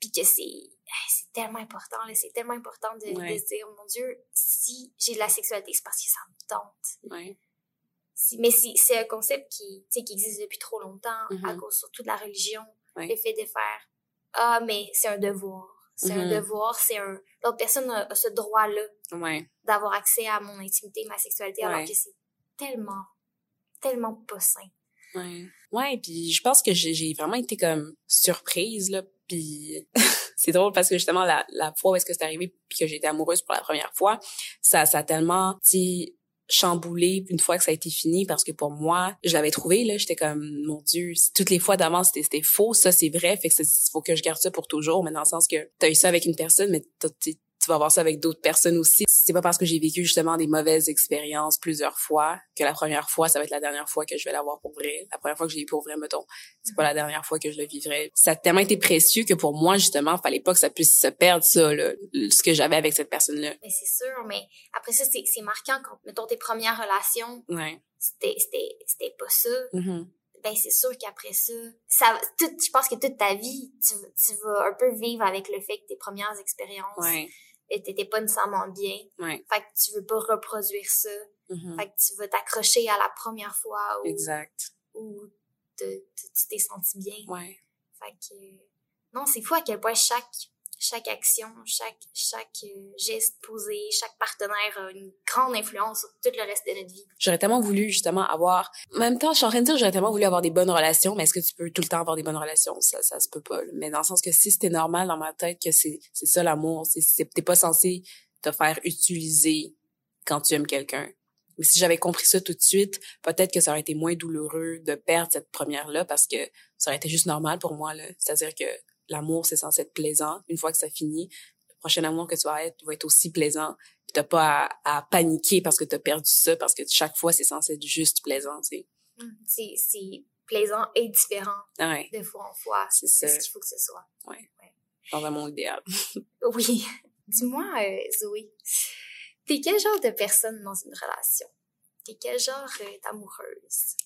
puis que c'est c'est tellement important, là, c'est tellement important de, ouais. de se dire, mon Dieu, si j'ai de la sexualité, c'est parce que ça me tente. Ouais. Si, mais si, c'est un concept qui, tu sais, qui existe depuis trop longtemps, Mm-hmm. à cause surtout de la religion, ouais. le fait de faire « Ah, mais c'est un devoir. » C'est mm-hmm. un devoir, c'est un... L'autre personne a, a ce droit-là ouais. d'avoir accès à mon intimité, ma sexualité, ouais. alors que c'est tellement, tellement pas sain. Ouais. Ouais, puis je pense que j'ai, j'ai vraiment été comme surprise, là, puis c'est drôle parce que justement, la, la fois où est-ce que c'est arrivé puis que j'ai été amoureuse pour la première fois, ça, ça a tellement, tu chamboulé une fois que ça a été fini, parce que pour moi, je l'avais trouvé, là, j'étais comme, mon Dieu, toutes les fois d'avant, c'était, c'était faux, ça, c'est vrai, fait que il faut que je garde ça pour toujours, mais dans le sens que t'as eu ça avec une personne, mais t'as, tu vas avoir ça avec d'autres personnes aussi. C'est pas parce que j'ai vécu justement des mauvaises expériences plusieurs fois que la première fois, ça va être la dernière fois que je vais l'avoir pour vrai. La première fois que je l'ai eu pour vrai, mettons, c'est pas la dernière fois que je le vivrai. Ça a tellement été précieux que pour moi, justement, fallait pas que ça puisse se perdre, ça, là, ce que j'avais avec cette personne-là. Mais c'est sûr, mais après ça, c'est, c'est marquant quand, mettons, tes premières relations, ouais. c'était, c'était, c'était pas ça. Mm-hmm. Ben c'est sûr qu'après ça, ça tout, je pense que toute ta vie, tu, tu vas un peu vivre avec le fait que tes premières expériences ouais. t'étais pas nécessairement bien. Ouais. Fait que tu veux pas reproduire ça. Mm-hmm. Fait que tu vas t'accrocher à la première fois où, exact. où te, te, tu t'es senti bien. Ouais. Fait que non, c'est fou à quel point chaque chaque action, chaque chaque geste posé, chaque partenaire a une grande influence sur tout le reste de notre vie. J'aurais tellement voulu justement avoir, en même temps, je suis en train de dire, j'aurais tellement voulu avoir des bonnes relations, mais est-ce que tu peux tout le temps avoir des bonnes relations? Ça, ça se peut pas. Là. Mais dans le sens que si c'était normal dans ma tête que c'est, c'est ça l'amour, c'est, c'est, t'es pas censé te faire utiliser quand tu aimes quelqu'un. Mais si j'avais compris ça tout de suite, peut-être que ça aurait été moins douloureux de perdre cette première-là, parce que ça aurait été juste normal pour moi, là. C'est-à-dire que l'amour, c'est censé être plaisant. Une fois que ça finit, le prochain amour que tu vas être va être aussi plaisant. Puis t'as pas à, à paniquer parce que t'as perdu ça, parce que chaque fois, c'est censé être juste plaisant, tu sais. C'est, c'est plaisant et différent ouais. de fois en fois. C'est, c'est ça. ce qu'il faut que ce soit. Ouais. ouais. Dans un monde idéal. oui. Dis-moi, euh, Zoé, t'es quel genre de personne dans une relation? T'es quel genre euh, d'amoureuse?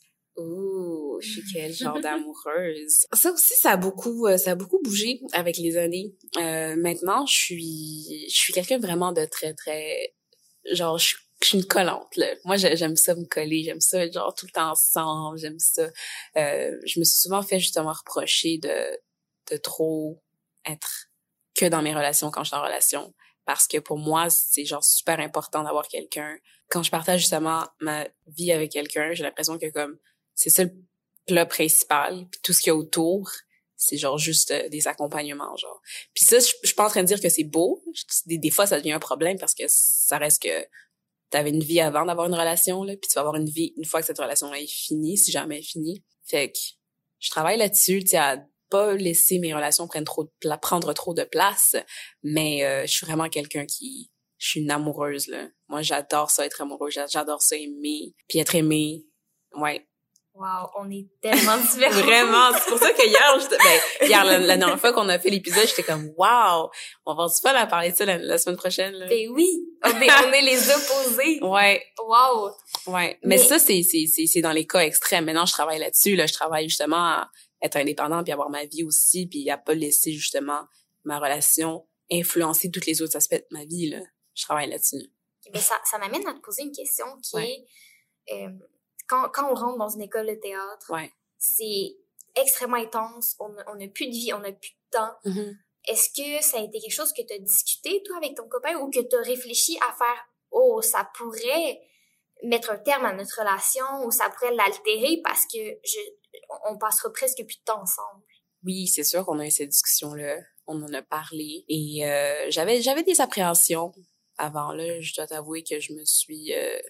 Ouh, je suis quel genre d'amoureuse. Ça aussi, ça a beaucoup, ça a beaucoup bougé avec les années. Euh, maintenant, je suis, je suis quelqu'un vraiment de très, très, genre, je, je suis une collante, là. Moi, j'aime ça me coller, j'aime ça être genre tout le temps ensemble, j'aime ça. Euh, je me suis souvent fait justement reprocher de, de trop être que dans mes relations quand je suis en relation. Parce que pour moi, c'est genre super important d'avoir quelqu'un. Quand je partage justement ma vie avec quelqu'un, j'ai l'impression que comme, c'est ça le plat principal, puis tout ce qu'il y a autour, c'est genre juste euh, des accompagnements, genre. Puis ça, je, je suis pas en train de dire que c'est beau. Des, des fois, ça devient un problème parce que ça reste que t'avais une vie avant d'avoir une relation, là, puis tu vas avoir une vie une fois que cette relation-là est finie, si jamais elle est finie. Fait que je travaille là-dessus, tu sais, à pas laisser mes relations prendre trop de pla- prendre trop de place, mais euh, je suis vraiment quelqu'un qui... Je suis une amoureuse, là. Moi, j'adore ça, être amoureuse. J'adore ça, aimer. Puis être aimée, ouais. Wow, on est tellement différents. Vraiment, c'est pour ça que hier, j'étais, ben, hier, la, la dernière fois qu'on a fait l'épisode, j'étais comme, wow, on va du fun à parler de ça la, la semaine prochaine, là. Ben oui, on est, on est les opposés. Ouais. Wow. Ouais. Mais, Mais ça, c'est, c'est, c'est, c'est dans les cas extrêmes. Maintenant, je travaille là-dessus, là. Je travaille justement à être indépendante puis avoir ma vie aussi, puis à pas laisser, justement, ma relation influencer tous les autres aspects de ma vie, là. Je travaille là-dessus. Ben, ça, ça m'amène à te poser une question qui ouais. est, euh, quand, quand on rentre dans une école de théâtre, ouais. c'est extrêmement intense, on n'a on a plus de vie, on n'a plus de temps. Mm-hmm. Est-ce que ça a été quelque chose que tu as discuté, toi, avec ton copain, ou que tu as réfléchi à faire, oh, ça pourrait mettre un terme à notre relation, ou ça pourrait l'altérer parce que je, on passera presque plus de temps ensemble? Oui, c'est sûr qu'on a eu cette discussion-là, on en a parlé, et euh, j'avais j'avais des appréhensions avant, là, je dois t'avouer que je me suis... Euh,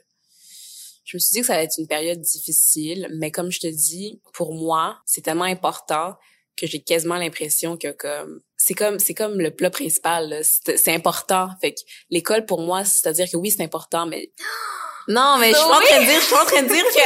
Je me suis dit que ça allait être une période difficile, mais comme je te dis, pour moi, c'est tellement important que j'ai quasiment l'impression que comme c'est comme c'est comme le plat principal, là. C'est, c'est important. Fait que l'école pour moi, c'est-à-dire que oui, c'est important, mais non, mais je suis oui. pas en train de dire, je suis pas en train de dire que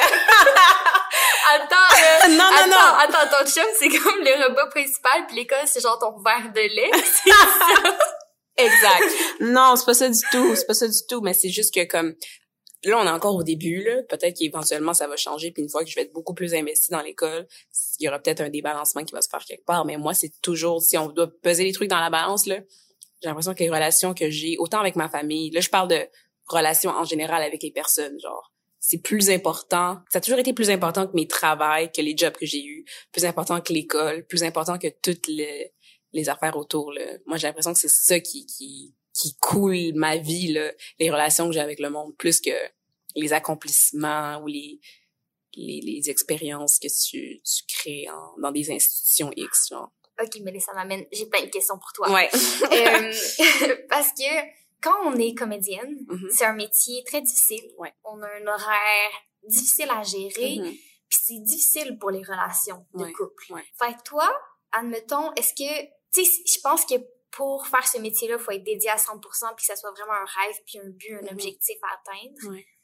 Attends, euh, non, non, attends, non. attends, ton chum, c'est comme le repas principal, puis l'école, c'est genre ton verre de lait. C'est ça. Exact. Non, c'est pas ça du tout, c'est pas ça du tout, mais c'est juste que comme là, on est encore au début, là. Peut-être qu'éventuellement, ça va changer, puis une fois que je vais être beaucoup plus investie dans l'école, il y aura peut-être un débalancement qui va se faire quelque part. Mais moi, c'est toujours, si on doit peser les trucs dans la balance, là, j'ai l'impression que les relations que j'ai, autant avec ma famille, là, je parle de relations en général avec les personnes, genre, c'est plus important, ça a toujours été plus important que mes travails, que les jobs que j'ai eus, plus important que l'école, plus important que toutes les, les affaires autour, là. Moi, j'ai l'impression que c'est ça qui, qui, qui coule ma vie, là, les relations que j'ai avec le monde, plus que les accomplissements ou les, les, les expériences que tu, tu crées en, dans des institutions X, genre. OK, mais là, ça m'amène, j'ai plein de questions pour toi. Ouais. euh, parce que quand on est comédienne, Mm-hmm. c'est un métier très difficile. Ouais. On a un horaire difficile à gérer, Mm-hmm. puis c'est difficile pour les relations de Ouais. couple. Ouais. Fait que toi, admettons, est-ce que, tu sais, je pense que pour faire ce métier-là, il faut être dédié à cent pour cent puis que ça soit vraiment un rêve puis un but, un Mm-hmm. objectif à atteindre. Ouais.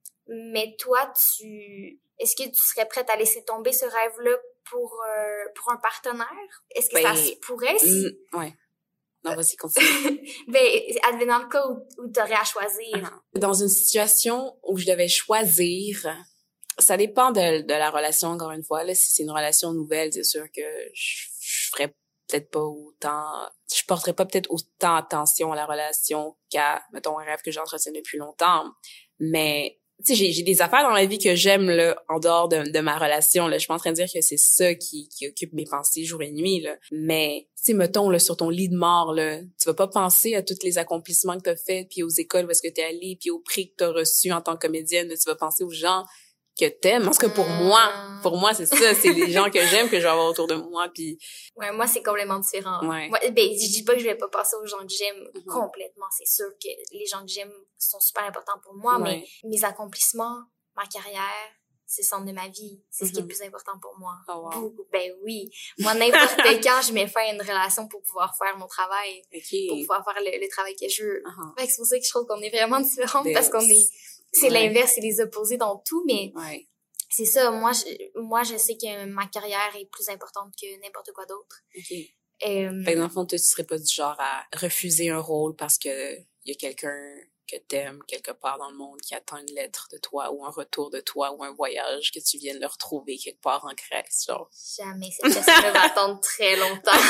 Mais toi, tu, est-ce que tu serais prête à laisser tomber ce rêve-là pour, euh, pour un partenaire? Est-ce que Ben, ça se pourrait si... Mm, ouais. Non, vas-y, continue. Ben, advenant le cas où, où t'aurais à choisir. Uh-huh. Dans une situation où je devais choisir, ça dépend de, de la relation, encore une fois. Là, si c'est une relation nouvelle, c'est sûr que je, je ferais peut-être pas autant, je porterais pas peut-être autant attention à la relation qu'à, mettons, un rêve que j'entretiens depuis longtemps. Mais, tu sais, j'ai, j'ai des affaires dans la vie que j'aime, là, en dehors de, de ma relation, là. Je suis pas en train de dire que c'est ça qui, qui occupe mes pensées jour et nuit, là. Mais, tu sais, mettons, là, sur ton lit de mort, là, tu vas pas penser à tous les accomplissements que t'as faits, puis aux écoles où est-ce que t'es allée, puis aux prix que t'as reçus en tant que comédienne, là, tu vas penser aux gens que t'aimes. Parce que pour moi, pour moi, c'est ça, c'est les gens que j'aime que je vais avoir autour de moi, puis... Ouais, moi, c'est complètement différent. Ouais. Moi, ben, je dis pas que je vais pas passer aux gens que j'aime Mm-hmm. complètement. C'est sûr que les gens que j'aime sont super importants pour moi, Ouais. mais mes accomplissements, ma carrière, c'est le centre de ma vie. C'est mm-hmm. ce qui est le plus important pour moi. Oh, wow. Beaucoup. Ben oui. Moi, n'importe quand, je mets fin à une relation pour pouvoir faire mon travail. Okay. Pour pouvoir faire le, le travail que je veux. Uh-huh. Fait que c'est pour ça que je trouve qu'on est vraiment différentes, Ben, parce qu'on est... C'est ouais. l'inverse, c'est les opposés dans tout, mais... Ouais. C'est ça, moi je, moi, je sais que ma carrière est plus importante que n'importe quoi d'autre. OK. Euh, Fait que dans le fond, tu serais pas du genre à refuser un rôle parce que y a quelqu'un que t'aimes quelque part dans le monde qui attend une lettre de toi ou un retour de toi ou un voyage que tu viennes le retrouver quelque part en Grèce, genre. Jamais cette personne va attendre très longtemps.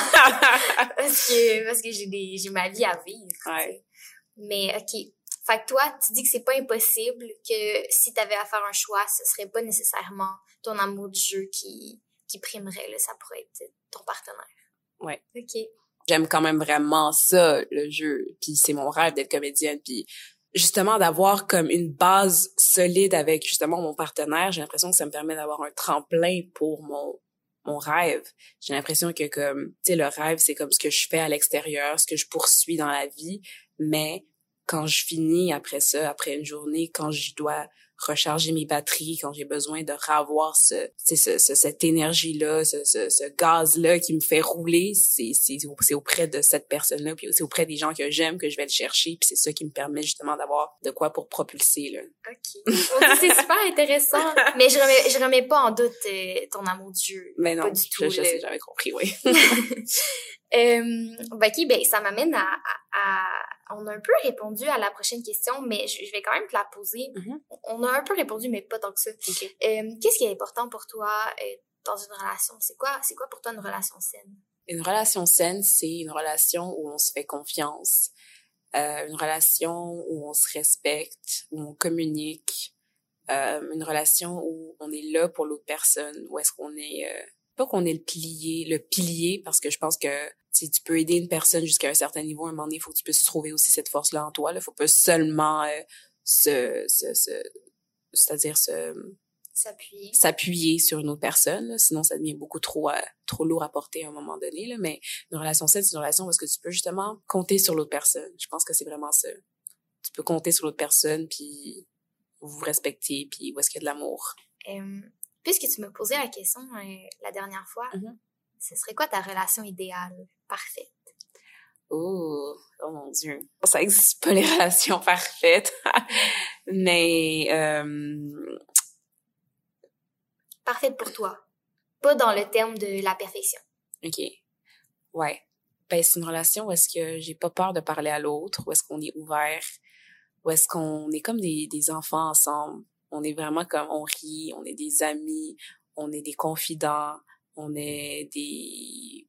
parce que, parce que j'ai des, j'ai ma vie à vivre. Ouais. Mais, OK. Fait que toi, tu dis que c'est pas impossible, que si t'avais à faire un choix, ce serait pas nécessairement ton amour du jeu qui, qui primerait, là. Ça pourrait être ton partenaire. Ouais. OK. J'aime quand même vraiment ça, le jeu. Puis c'est mon rêve d'être comédienne. Puis justement, d'avoir comme une base solide avec justement mon partenaire, j'ai l'impression que ça me permet d'avoir un tremplin pour mon mon rêve. J'ai l'impression que comme, tu sais, le rêve, c'est comme ce que je fais à l'extérieur, ce que je poursuis dans la vie, mais quand je finis après ça, après une journée, quand je dois recharger mes batteries, quand j'ai besoin de revoir ce, ce, ce cette énergie-là, ce, ce, ce gaz-là qui me fait rouler, c'est, c'est, c'est auprès de cette personne-là, puis c'est auprès des gens que j'aime que je vais le chercher, puis c'est ça qui me permet justement d'avoir de quoi pour propulser, là. OK. Bon, c'est super intéressant, mais je remets, je remets pas en doute euh, ton amour du jeu. Mais non, pas du je, tout, je là. sais, j'avais compris, oui. Euh, ben, OK, ben, ça m'amène à, à, à... On a un peu répondu à la prochaine question, mais je, je vais quand même te la poser. Mm-hmm. On a un peu répondu, mais pas tant que ça. Okay. Euh, qu'est-ce qui est important pour toi euh, dans une relation? C'est quoi, c'est quoi pour toi une relation saine? Une relation saine, c'est une relation où on se fait confiance, euh, une relation où on se respecte, où on communique, euh, une relation où on est là pour l'autre personne, où est-ce qu'on est... Euh, pas qu'on est le pilier, le pilier, parce que je pense que si tu peux aider une personne jusqu'à un certain niveau, à un moment donné, il faut que tu puisses trouver aussi cette force-là en toi. Il faut pas seulement euh, se, se, se, c'est-à-dire se s'appuyer, s'appuyer sur une autre personne. Là. Sinon, ça devient beaucoup trop euh, trop lourd à porter à un moment donné. Là. Mais une relation saine, c'est une relation où est-ce que tu peux justement compter sur l'autre personne. Je pense que c'est vraiment ça. Tu peux compter sur l'autre personne, puis vous vous respectez, puis où est-ce qu'il y a de l'amour. Euh... Puisque tu m'as posé la question euh, la dernière fois, mm-hmm. ce serait quoi ta relation idéale, parfaite? Oh, oh mon Dieu. Ça existe pas les relations parfaites. Mais... Euh... Parfaite pour toi. Pas dans le terme de la perfection. OK. Ouais. Ben, c'est une relation où est-ce que j'ai pas peur de parler à l'autre, où est-ce qu'on est ouvert, où est-ce qu'on est comme des, des enfants ensemble. On est vraiment comme, on rit, on est des amis, on est des confidents, on est des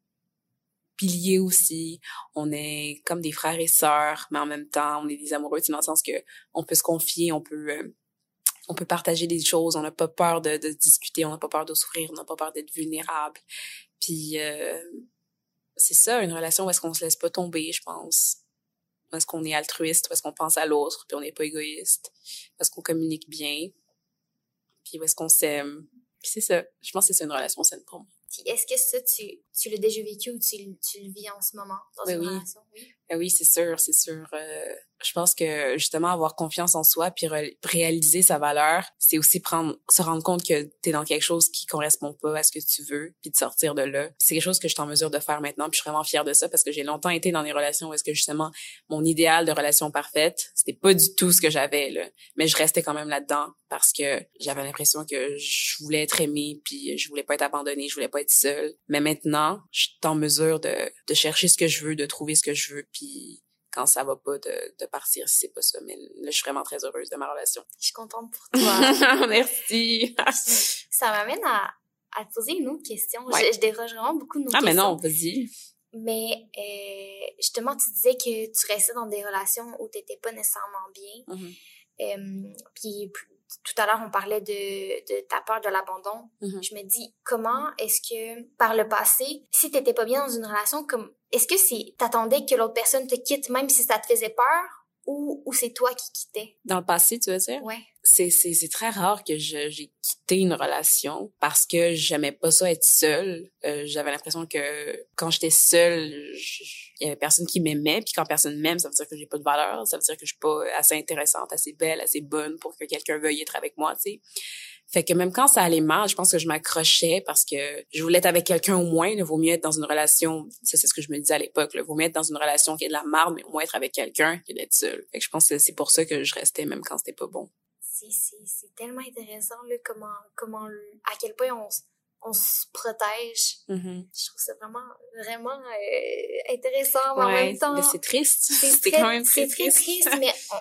piliers aussi, on est comme des frères et sœurs, mais en même temps, on est des amoureux, dans le sens que on peut se confier, on peut euh, on peut partager des choses, on n'a pas peur de, de discuter, on n'a pas peur de souffrir, on n'a pas peur d'être vulnérable. Puis euh, c'est ça, une relation où est-ce qu'on se laisse pas tomber, je pense. Où est-ce qu'on est altruiste, où est-ce qu'on pense à l'autre, puis on n'est pas égoïste, où est-ce qu'on communique bien, puis où est-ce qu'on s'aime. Puis c'est ça, je pense que c'est ça une relation saine pour moi. Puis est-ce que ça, tu, tu l'as déjà vécu ou tu, tu le vis en ce moment dans Ben une oui. relation? Oui. Ben oui, c'est sûr, c'est sûr. Euh, je pense que justement avoir confiance en soi puis ré- réaliser sa valeur, c'est aussi prendre se rendre compte que t'es dans quelque chose qui correspond pas à ce que tu veux puis de sortir de là. C'est quelque chose que je suis en mesure de faire maintenant puis je suis vraiment fière de ça parce que j'ai longtemps été dans des relations où est-ce que justement mon idéal de relation parfaite, c'était pas du tout ce que j'avais là, mais je restais quand même là-dedans parce que j'avais l'impression que je voulais être aimée puis je voulais pas être abandonnée, je voulais pas être seule. Mais maintenant, je suis en mesure de de chercher ce que je veux, de trouver ce que je veux puis quand ça va pas, de, de partir si c'est pas ça. Mais là, je suis vraiment très heureuse de ma relation. Je suis contente pour toi. Merci. Ça m'amène à, à te poser une autre question. Ouais. Je, je déroge vraiment beaucoup de nos ah, questions. mais non, vas-y. Mais euh, justement, tu disais que tu restais dans des relations où t'étais pas nécessairement bien. Mm-hmm. Euh, puis tout à l'heure, on parlait de, de ta peur de l'abandon. Mm-hmm. Je me dis, comment est-ce que, par le passé, si t'étais pas bien dans une relation, comme est-ce que c'est t'attendais que l'autre personne te quitte même si ça te faisait peur ou, ou c'est toi qui quittais? Dans le passé, tu veux dire? Ouais. C'est, c'est, c'est très rare que je, j'ai quitté une relation parce que j'aimais pas ça être seule. Euh, j'avais l'impression que quand j'étais seule, il y avait personne qui m'aimait. Puis quand personne m'aime, ça veut dire que j'ai pas de valeur. Ça veut dire que je suis pas assez intéressante, assez belle, assez bonne pour que quelqu'un veuille être avec moi, tu sais. Fait que même quand ça allait mal, je pense que je m'accrochais parce que je voulais être avec quelqu'un au moins. Il vaut mieux être dans une relation, ça c'est ce que je me disais à l'époque, il vaut mieux être dans une relation qui est de la marde, mais au moins être avec quelqu'un que d'être seule. Fait que je pense que c'est pour ça que je restais même quand c'était pas bon. C'est, c'est, c'est tellement intéressant, là, comment, comment, à quel point on, on se protège. Mm-hmm. Je trouve ça vraiment, vraiment euh, intéressant, mais ouais, en même temps... mais c'est triste. C'est, c'est très, quand même très c'est très triste. triste, mais on,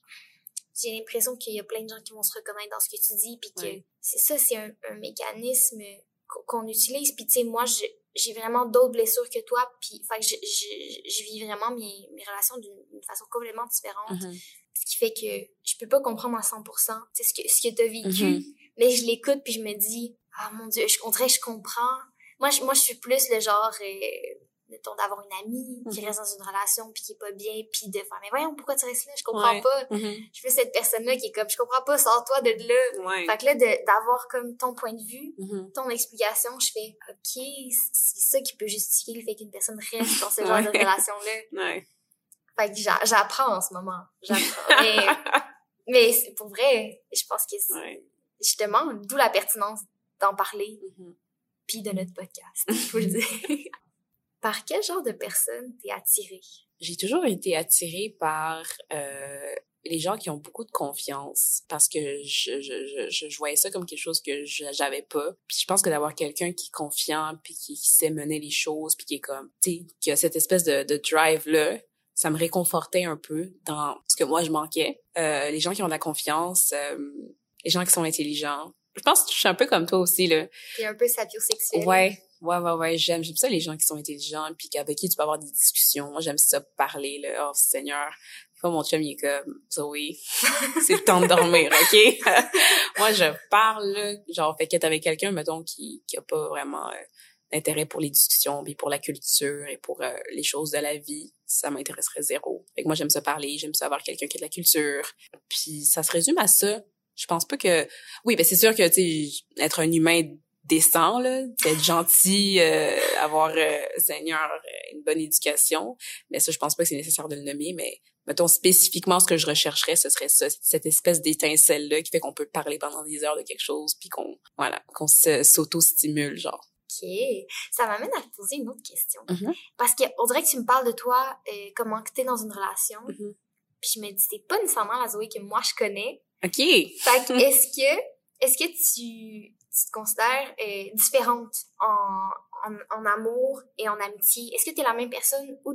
j'ai l'impression qu'il y a plein de gens qui vont se reconnaître dans ce que tu dis, puis que ouais. c'est ça, c'est un, un mécanisme qu'on utilise. Puis tu sais, moi, je, j'ai vraiment d'autres blessures que toi, puis fait que je, je, je vis vraiment mes, mes relations d'une, d'une façon complètement différente. Mm-hmm. Ce qui fait que je peux pas comprendre à cent pour cent ce que, ce que t'as vécu, mm-hmm. mais je l'écoute puis je me dis, ah mon Dieu, je, on dirait que je comprends. Moi, je, moi, je suis plus le genre... Euh, mettons, d'avoir une amie qui mm-hmm. reste dans une relation puis qui est pas bien puis de faire mais voyons pourquoi tu restes là, je comprends ouais. pas. Mm-hmm. Je veux cette personne là qui est comme je comprends pas, sors-toi de là. Ouais. Fait que là de d'avoir comme ton point de vue, mm-hmm. ton explication, je fais OK, c'est ça qui peut justifier le fait qu'une personne reste dans ce genre ouais. de relation là. Ouais. Fait que j'a, j'apprends en ce moment, j'apprends. mais mais c'est pour vrai, je pense que c'est ouais. justement d'où la pertinence d'en parler. Mm-hmm. Puis de notre podcast, il faut le dire. Par quel genre de personne t'es attirée? J'ai toujours été attirée par euh, les gens qui ont beaucoup de confiance parce que je, je, je, je voyais ça comme quelque chose que je, j'avais pas. Puis je pense que d'avoir quelqu'un qui est confiant puis qui, qui sait mener les choses puis qui est comme, tu sais, qui a cette espèce de, de drive-là, ça me réconfortait un peu dans ce que moi je manquais. Euh, les gens qui ont de la confiance, euh, les gens qui sont intelligents. Je pense que je suis un peu comme toi aussi, là. T'es un peu sapiosexuelle. Ouais. Ouais, ouais, ouais, j'aime, j'aime ça les gens qui sont intelligents puis avec qui tu peux avoir des discussions. Moi, j'aime ça parler, là. Oh, Seigneur. Des fois, mon chum, il est comme, Zoé, c'est le temps de dormir, OK? Moi, je parle, là, genre, fait qu'être avec quelqu'un, mettons, qui, qui a pas vraiment euh, d'intérêt pour les discussions puis pour la culture et pour euh, les choses de la vie, ça m'intéresserait zéro. Fait que moi, j'aime ça parler, j'aime ça avoir quelqu'un qui a de la culture. Puis ça se résume à ça. Je pense pas que... Oui, ben c'est sûr que, tu sais, être un humain décent, là, être gentil, euh, avoir, euh, Seigneur, une bonne éducation. Mais ça, je pense pas que c'est nécessaire de le nommer, mais mettons spécifiquement ce que je rechercherais, ce serait ça, cette espèce d'étincelle-là qui fait qu'on peut parler pendant des heures de quelque chose, puis qu'on, voilà, qu'on se, s'auto-stimule, genre. OK. Ça m'amène à te poser une autre question. Mm-hmm. Parce qu'on dirait que tu me parles de toi, euh, comment que t'es dans une relation, mm-hmm. puis je me dis, c'est pas nécessairement la Zoé que moi je connais. OK. Fait que, est-ce que, est-ce que tu... tu te considères euh, différente en, en, en amour et en amitié? Est-ce que t'es la même personne ou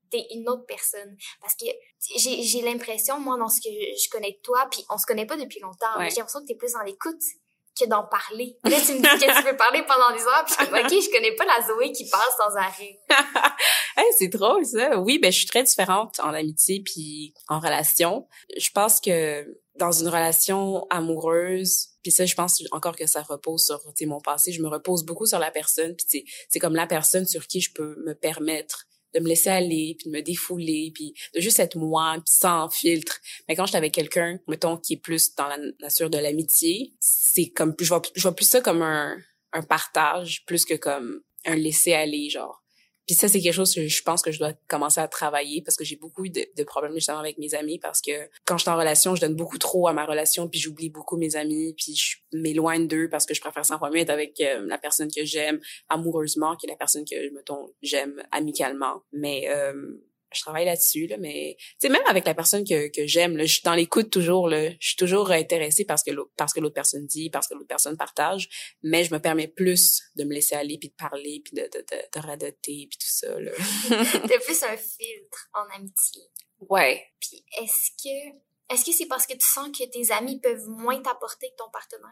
t'es une autre personne. Parce que j'ai, j'ai l'impression, moi, dans ce que je, je connais de toi, puis on se connaît pas depuis longtemps, ouais. mais j'ai l'impression que t'es plus dans l'écoute que d'en parler. Là, tu me dis que tu veux parler pendant des heures, puis je suis comme, OK, je connais pas la Zoé qui passe sans arrêt. Hey, c'est drôle, ça. Oui, ben, je suis très différente en amitié puis en relation. Je pense que dans une relation amoureuse, puis ça, je pense encore que ça repose sur, tu sais, mon passé. Je me repose beaucoup sur la personne, puis c'est, c'est comme la personne sur qui je peux me permettre de me laisser aller, puis de me défouler, puis de juste être moi, puis sans filtre. Mais quand je suis avec quelqu'un, mettons, qui est plus dans la nature de l'amitié, c'est comme, je vois, je vois plus ça comme un, un partage, plus que comme un laisser aller, genre. Puis ça, c'est quelque chose que je pense que je dois commencer à travailler parce que j'ai beaucoup eu de, de problèmes justement avec mes amis parce que quand je suis en relation, je donne beaucoup trop à ma relation puis j'oublie beaucoup mes amis puis je m'éloigne d'eux parce que je préfère cent fois mieux être avec euh, la personne que j'aime amoureusement que la personne que, mettons, j'aime amicalement. Mais euh, je travaille là-dessus, là, mais tu sais, même avec la personne que que j'aime, là, je suis dans l'écoute toujours, là, je suis toujours intéressée parce que l'autre, parce que l'autre personne dit, parce que l'autre personne partage, mais je me permets plus de me laisser aller puis de parler puis de de de, de radoter puis tout ça, là. T'as plus un filtre en amitié. Ouais. Puis est-ce que est-ce que c'est parce que tu sens que tes amis peuvent moins t'apporter que ton partenaire?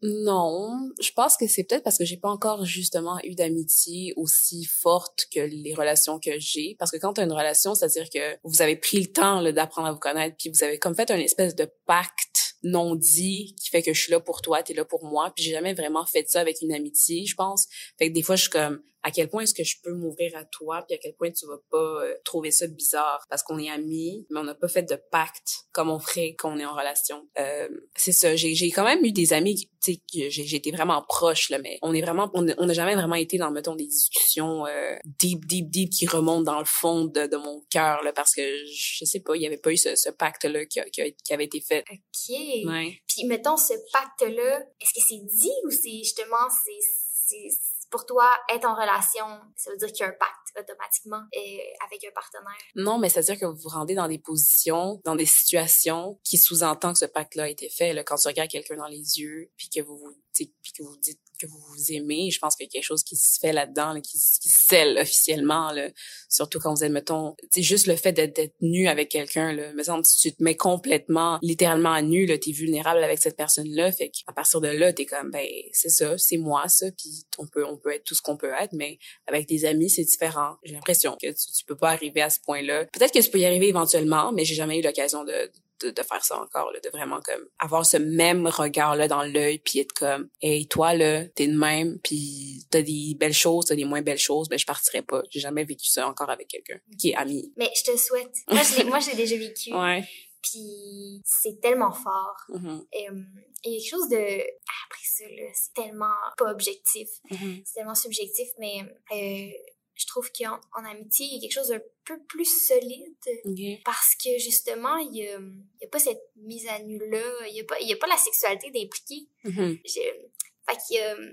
Non, je pense que c'est peut-être parce que j'ai pas encore justement eu d'amitié aussi forte que les relations que j'ai. Parce que quand t'as une relation, c'est-à-dire que vous avez pris le temps là, d'apprendre à vous connaître, puis vous avez comme fait une espèce de pacte non dit qui fait que je suis là pour toi, t'es là pour moi. Puis j'ai jamais vraiment fait ça avec une amitié, je pense. Fait que des fois, je suis comme, à quel point est-ce que je peux m'ouvrir à toi, puis à quel point tu vas pas euh, trouver ça bizarre parce qu'on est amis, mais on n'a pas fait de pacte comme on ferait quand on est en relation. Euh, c'est ça, j'ai j'ai quand même eu des amis, tu sais, que j'ai j'ai été vraiment proche là, mais on est vraiment, on n'a jamais vraiment été dans, mettons, des discussions euh, deep, deep, deep qui remontent dans le fond de, de mon cœur là, parce que je sais pas, il y avait pas eu ce, ce pacte là qui, a, qui, a, qui avait été fait. OK. Ouais. Puis mettons ce pacte là, est-ce que c'est dit ou c'est justement c'est c'est pour toi, être en relation, ça veut dire qu'il y a un pacte automatiquement euh, avec un partenaire? Non, mais c'est-à-dire que vous vous rendez dans des positions, dans des situations qui sous-entendent que ce pacte-là a été fait. Là, quand tu regardes quelqu'un dans les yeux, puis que vous vous dites, puis que vous dites que vous vous aimez, je pense qu'il y a quelque chose qui se fait là-dedans, là, qui, qui se scelle officiellement, là, surtout quand vous êtes, mettons, c'est juste le fait d'être, d'être nu avec quelqu'un, là, me semble, si tu te mets complètement, littéralement à nu, là, t'es vulnérable avec cette personne-là, fait qu'à partir de là, t'es comme, ben, c'est ça, c'est moi, ça, puis on peut, on peut être tout ce qu'on peut être, mais avec des amis, c'est différent. J'ai l'impression que tu, tu peux pas arriver à ce point-là. Peut-être que tu peux y arriver éventuellement, mais j'ai jamais eu l'occasion de, de, de faire ça encore, là, de vraiment comme avoir ce même regard-là dans l'œil, puis être comme, hey, toi, là, t'es de même, puis t'as des belles choses, t'as des moins belles choses, ben je partirais pas. J'ai jamais vécu ça encore avec quelqu'un qui est ami. Mais je te souhaite. Moi, je l'ai, moi, j'ai déjà vécu. Ouais. Puis c'est tellement fort. Mm-hmm. Et, um, il y a quelque chose de... Après ça, là, c'est tellement pas objectif. Mm-hmm. C'est tellement subjectif, mais euh, je trouve qu'en en amitié, il y a quelque chose d'un peu plus solide. Okay. Parce que, justement, il y a, il y a pas cette mise à nu-là. Il y a pas, il y a pas la sexualité d'impliquer. Mm-hmm. Je, fait que euh,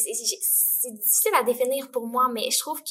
c'est difficile à définir pour moi, mais je trouve que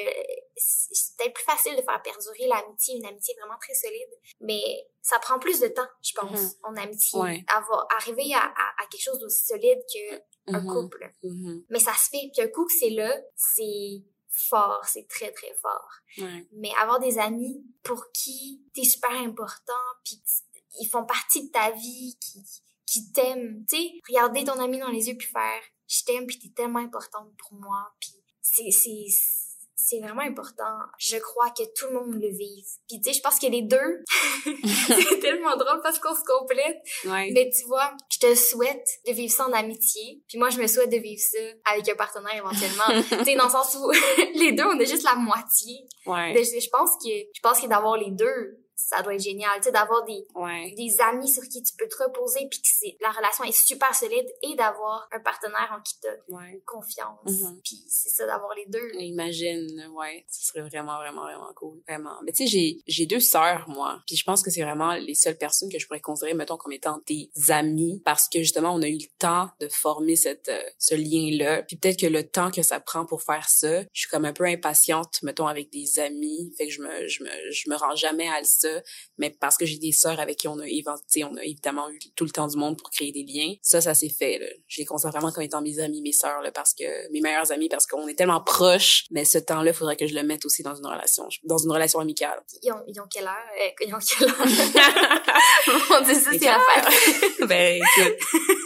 c'est peut-être plus facile de faire perdurer l'amitié, une amitié vraiment très solide. Mais ça prend plus de temps, je pense, mm-hmm. en amitié. Ouais. Avoir, arriver à, à, à quelque chose d'aussi solide qu'un mm-hmm. couple. Mm-hmm. Mais ça se fait. Puis un coup que c'est là, c'est fort, c'est très, très fort. Ouais. Mais avoir des amis pour qui t'es super important, puis ils font partie de ta vie, qui... qui t'aime, tu sais, regarder ton ami dans les yeux puis faire « je t'aime puis t'es tellement importante pour moi » puis c'est c'est c'est vraiment important. Je crois que tout le monde le vive. Puis tu sais, je pense que les deux, c'est tellement drôle parce qu'on se complète. Ouais. Mais tu vois, je te souhaite de vivre ça en amitié. Puis moi, je me souhaite de vivre ça avec un partenaire éventuellement. Tu sais, dans le sens où les deux, on a juste la moitié. Ouais. De, je pense que je pense que d'avoir les deux, ça doit être génial, tu sais, d'avoir des ouais. des amis sur qui tu peux te reposer puis que c'est, la relation est super solide et d'avoir un partenaire en qui t'as ouais. confiance. Mm-hmm. Puis c'est ça, d'avoir les deux. Imagine, ouais, ce serait vraiment, vraiment, vraiment cool, vraiment. Mais tu sais, j'ai j'ai deux sœurs, moi, puis je pense que c'est vraiment les seules personnes que je pourrais considérer, mettons, comme étant des amis, parce que justement, on a eu le temps de former cette euh, ce lien-là, puis peut-être que le temps que ça prend pour faire ça, je suis comme un peu impatiente, mettons, avec des amis, fait que je me je me je me rends jamais à le ça, mais parce que j'ai des sœurs avec qui on a éventé, on a évidemment eu tout le temps du monde pour créer des liens. Ça, ça s'est fait, là. Je les considère vraiment comme étant mes amis, mes sœurs, là, parce que, mes meilleures amies, parce qu'on est tellement proches, mais ce temps-là, il faudrait que je le mette aussi dans une relation, dans une relation amicale. Ils ont, ils ont quelle heure? Euh, ils ont quelle heure? Mon Dieu, ça, c'est l'affaire. Ben, écoute.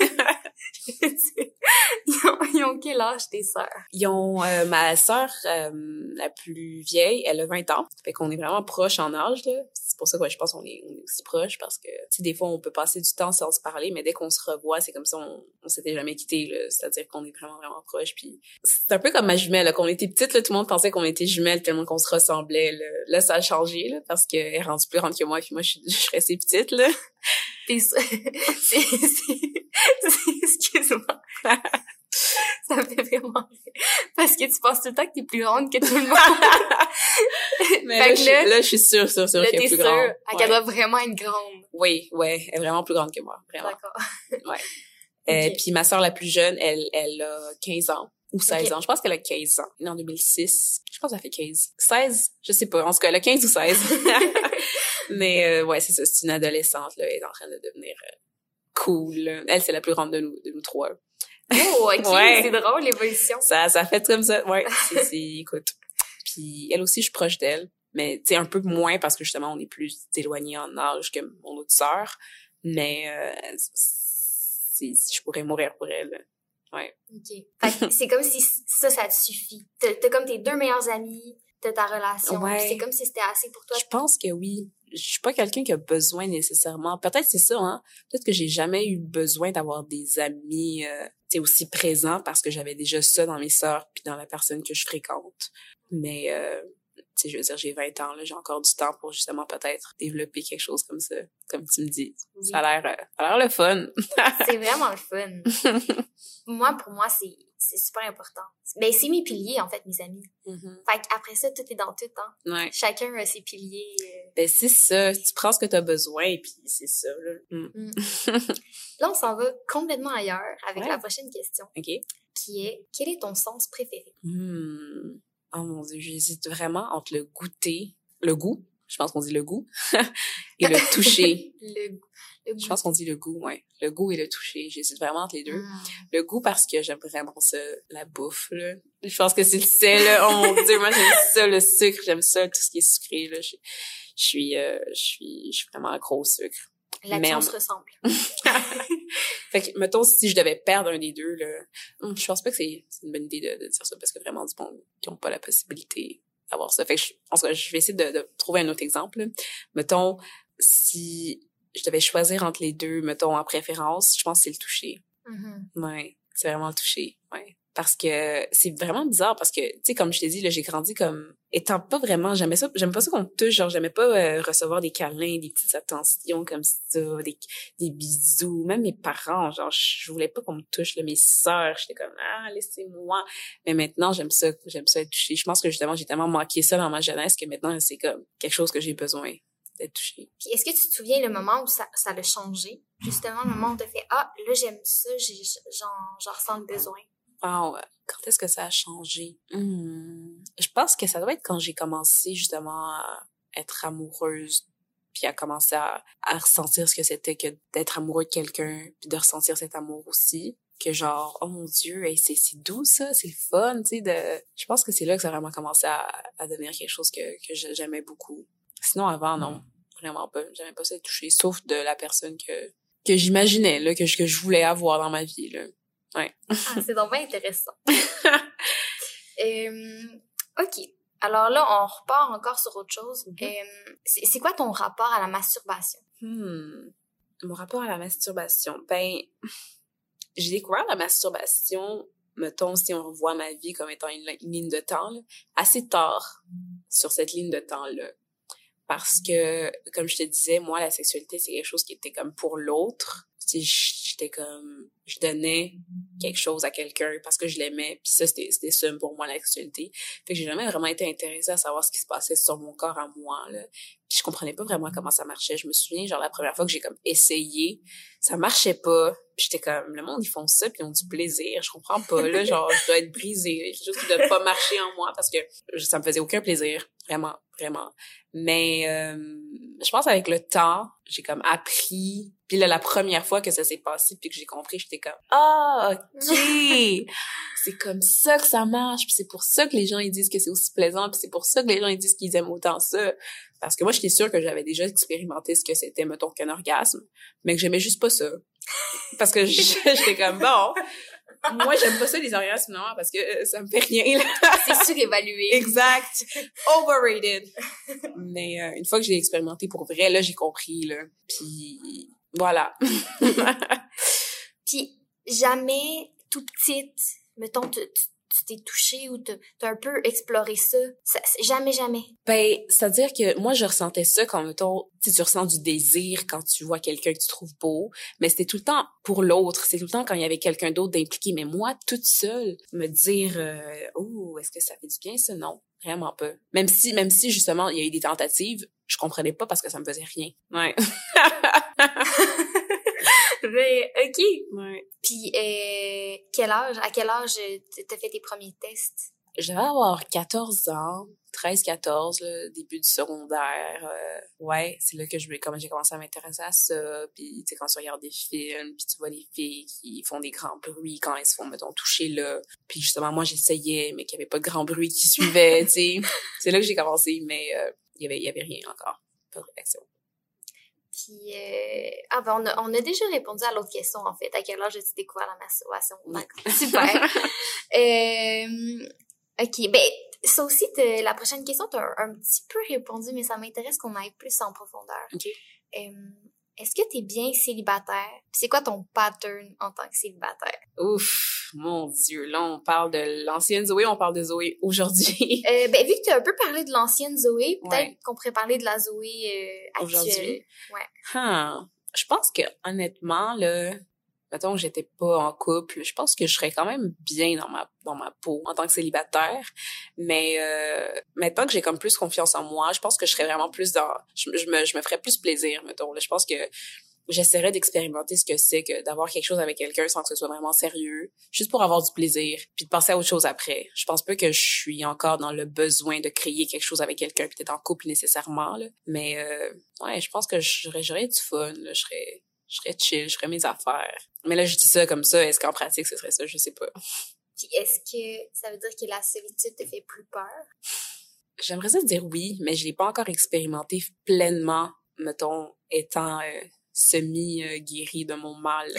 ils, ont, ils ont quel âge, tes sœurs? Ils ont, euh, ma sœur, euh, la plus vieille, elle a vingt ans. Fait qu'on est vraiment proches en âge, là. C'est pour ça que ouais, je pense qu'on est, on est aussi proches parce que, tu sais, des fois, on peut passer du temps sans se parler, mais dès qu'on se revoit, c'est comme ça, on, on s'était jamais quittés, là. C'est-à-dire qu'on est vraiment, vraiment proches. Puis c'est un peu comme ma jumelle, là. Quand on était petite, là, tout le monde pensait qu'on était jumelles tellement qu'on se ressemblait, là. Là, ça a changé, là, parce qu'elle est rendue plus grande que moi, puis moi, je suis, je suis restée petite, là. T'es, c'est, c'est, c'est, excuse-moi. Ça me fait vraiment rire. Parce que tu penses tout le temps que t'es plus grande que tout le monde. Mais là, là, je, là, là, je suis sûre, sûre, sûre qu'elle est plus sûre, grande. Ouais. Qu'elle doit vraiment être grande. Oui, ouais, elle est vraiment plus grande que moi, vraiment. D'accord. Ouais. Okay. Euh, puis ma sœur la plus jeune, elle, elle a quinze ans. Ou seize okay. ans. Je pense qu'elle a quinze ans. Elle est en deux mille six. Je pense qu'elle fait quinze. seize? Je sais pas. En tout cas, elle a quinze ou seize. Mais euh, ouais, c'est ça. C'est une adolescente, là. Elle est en train de devenir euh, cool. Elle, c'est la plus grande de nous, de nous trois. Oh, OK. Ouais. C'est drôle, l'évolution. Ça, ça fait comme ça. Ouais. C'est, c'est, écoute. Puis elle aussi, je suis proche d'elle. Mais, tu sais, un peu moins parce que, justement, on est plus éloignés en âge que mon autre sœur. Mais, euh, c'est, je pourrais mourir pour elle. Ouais. OK. Fait que c'est comme si ça, ça te suffit. T'as, t'as comme tes deux meilleures amies, t'as ta relation. Ouais. C'est comme si c'était assez pour toi. Je pense que oui. Je suis pas quelqu'un qui a besoin nécessairement. Peut-être c'est ça, hein. Peut-être que j'ai jamais eu besoin d'avoir des amis, euh, tu sais, aussi présents parce que j'avais déjà ça dans mes sœurs puis dans la personne que je fréquente. Mais, euh, tu sais, je veux dire, j'ai vingt ans, là, j'ai encore du temps pour justement peut-être développer quelque chose comme ça, comme tu me dis. Oui. Ça a l'air, euh, ça a l'air le fun. C'est vraiment le fun. Moi, pour moi, c'est, c'est super important. Ben, c'est mes piliers, en fait, mes amis. Mm-hmm. Fait qu'après ça, tout est dans tout, hein. Ouais. Chacun a ses piliers. Euh... Ben, c'est ça. Tu prends ce que t'as besoin et puis c'est ça, là. Mm. Mm. Là, on s'en va complètement ailleurs avec ouais. la prochaine question. OK. Qui est, quel est ton sens préféré? Mm. Oh mon Dieu, j'hésite vraiment entre le goûter, le goût, je pense qu'on dit le goût, et le toucher. le, le goût. Je pense qu'on dit le goût, ouais. Le goût et le toucher. J'hésite vraiment entre les deux. Mm. Le goût parce que j'aime vraiment ça, la bouffe, là. Je pense que c'est le sel, là. Oh mon Dieu, moi j'aime ça, le sucre, j'aime ça, tout ce qui est sucré, là. Je, je suis, euh, je suis, je suis vraiment accro au sucre. L'action se ressemble. Fait que, mettons, si je devais perdre un des deux, là, je pense pas que c'est, c'est une bonne idée de, de dire ça parce que vraiment du monde qui ont pas la possibilité d'avoir ça. Fait que, je, en tout cas, je vais essayer de, de trouver un autre exemple, là. Mettons, si je devais choisir entre les deux, mettons, en préférence, je pense que c'est le toucher. Mm-hmm. Ouais, c'est vraiment le toucher, ouais. Parce que c'est vraiment bizarre parce que, tu sais, comme je t'ai dit, là, j'ai grandi comme étant pas vraiment, j'aimais ça, j'aimais pas ça qu'on me touche, genre, j'aimais pas euh, recevoir des câlins, des petites attentions comme ça, des, des bisous, même mes parents, genre, je voulais pas qu'on me touche, là, mes sœurs, j'étais comme, ah, laissez-moi. Mais maintenant, j'aime ça, j'aime ça être touchée. Je pense que justement, j'ai tellement manqué ça dans ma jeunesse que maintenant, c'est comme quelque chose que j'ai besoin d'être touchée. Puis est-ce que tu te souviens le moment où ça, ça l'a changé? Justement, le moment où t'as fait, ah, là, j'aime ça, j'ai, j'en, j'en ressens le besoin. Wow, quand est-ce que ça a changé? Hmm. Je pense que ça doit être quand j'ai commencé justement à être amoureuse, puis à commencer à, à ressentir ce que c'était que d'être amoureux de quelqu'un, puis de ressentir cet amour aussi. Que genre, oh mon Dieu, hey, c'est, c'est doux ça, c'est le fun, tu sais. De... Je pense que c'est là que ça a vraiment commencé à, à devenir quelque chose que, que j'aimais beaucoup. Sinon, avant, non, vraiment pas. J'aimais pas ça toucher, sauf de la personne que, que j'imaginais, là, que je, que je voulais avoir dans ma vie, là. Ouais. Ah, c'est donc bien intéressant. euh, OK. Alors là, on repart encore sur autre chose. Mm-hmm. Euh, c'est, c'est quoi ton rapport à la masturbation? Hmm. Mon rapport à la masturbation? Ben, j'ai découvert la masturbation, mettons, si on revoit ma vie comme étant une, une ligne de temps, là, assez tard sur cette ligne de temps-là. Parce que, comme je te disais, moi, la sexualité, c'est quelque chose qui était comme pour l'autre. Tu sais, j'étais comme, je donnais quelque chose à quelqu'un parce que je l'aimais, puis ça, c'était, c'était ça pour moi, la sexualité. Fait que j'ai jamais vraiment été intéressée à savoir ce qui se passait sur mon corps à moi, là. Puis je comprenais pas vraiment comment ça marchait. Je me souviens, genre, la première fois que j'ai comme essayé, ça marchait pas. Puis j'étais comme, le monde, ils font ça, puis ils ont du plaisir. Je comprends pas, là, genre, je dois être brisée. Il y a quelque chose qui doit pas marcher en moi parce que ça me faisait aucun plaisir. Vraiment, vraiment. Mais euh, je pense avec le temps, j'ai comme appris. Puis là, la première fois que ça s'est passé puis que j'ai compris, j'étais comme « Ah, OK! » C'est comme ça que ça marche. Puis c'est pour ça que les gens, ils disent que c'est aussi plaisant. Puis c'est pour ça que les gens, ils disent qu'ils aiment autant ça. Parce que moi, j'étais sûre que j'avais déjà expérimenté ce que c'était, mettons, qu'un orgasme, mais que j'aimais juste pas ça. Parce que j'étais comme « Bon... » Moi, j'aime pas ça, les orgasmes, non, parce que euh, ça me fait rien, là. C'est surévalué. Exact. Overrated. Mais euh, une fois que j'ai expérimenté pour vrai, là, j'ai compris, là. Puis, voilà. Puis, jamais, tout petite, mettons, tu tu t'es touchée ou t'as un peu exploré ça. ça jamais, jamais. Ben, c'est-à-dire que moi, je ressentais ça quand, mettons, tu sais, tu ressens du désir quand tu vois quelqu'un que tu trouves beau, mais c'était tout le temps pour l'autre. C'est tout le temps quand il y avait quelqu'un d'autre d'impliqué. Mais moi, toute seule, me dire euh, « Oh, est-ce que ça fait du bien, ça? » Non, vraiment pas. Même si, même si, justement, il y a eu des tentatives, je comprenais pas parce que ça me faisait rien. Ouais. Mais, OK. Ouais. Puis, euh, quel âge, à quel âge t'as fait tes premiers tests? Je devais avoir quatorze ans, treize quatorze, là, début du secondaire. Euh, ouais, c'est là que je comme j'ai commencé à m'intéresser à ça. Puis, tu sais, quand tu regardes des films, puis tu vois les filles qui font des grands bruits quand elles se font, mettons, toucher là. Puis, justement, moi, j'essayais, mais qu'il y avait pas de grand bruit qui suivait, tu sais. C'est là que j'ai commencé, mais euh, il y avait, il y avait rien encore. Pas de réaction. Puis, euh, ah ben, on a, on a déjà répondu à l'autre question, en fait. À quel âge as-tu découvert la masturbation? D'accord. Super. euh, OK. Ben, ça aussi, la prochaine question, t'as un, un petit peu répondu, mais ça m'intéresse qu'on aille plus en profondeur. OK. Euh, est-ce que t'es bien célibataire? Puis c'est quoi ton pattern en tant que célibataire? Ouf, mon Dieu. Là, on parle de l'ancienne Zoé, on parle de Zoé aujourd'hui. euh, ben, vu que t'as un peu parlé de l'ancienne Zoé, peut-être ouais. qu'on pourrait parler de la Zoé euh, actuelle. Aujourd'hui? Ouais. Huh. Je pense que, honnêtement, là, mettons que j'étais pas en couple, je pense que je serais quand même bien dans ma dans ma peau en tant que célibataire. Mais euh, maintenant que j'ai comme plus confiance en moi, je pense que je serais vraiment plus dans... Je, je, me, je me ferais plus plaisir, mettons. Là. Je pense que j'essaierais d'expérimenter ce que c'est que d'avoir quelque chose avec quelqu'un sans que ce soit vraiment sérieux, juste pour avoir du plaisir, puis de passer à autre chose après. Je pense pas que je suis encore dans le besoin de créer quelque chose avec quelqu'un, peut-être en couple nécessairement, là. Mais euh, ouais, je pense que j'aurais, j'aurais du fun, là. Je serais... Je serais chill, je ferais mes affaires. Mais là, je dis ça comme ça. Est-ce qu'en pratique, ce serait ça? Je sais pas. Puis est-ce que ça veut dire que la solitude te fait plus peur? J'aimerais ça dire oui, mais je l'ai pas encore expérimenté pleinement, mettons, étant euh, semi-guérie de mon mal.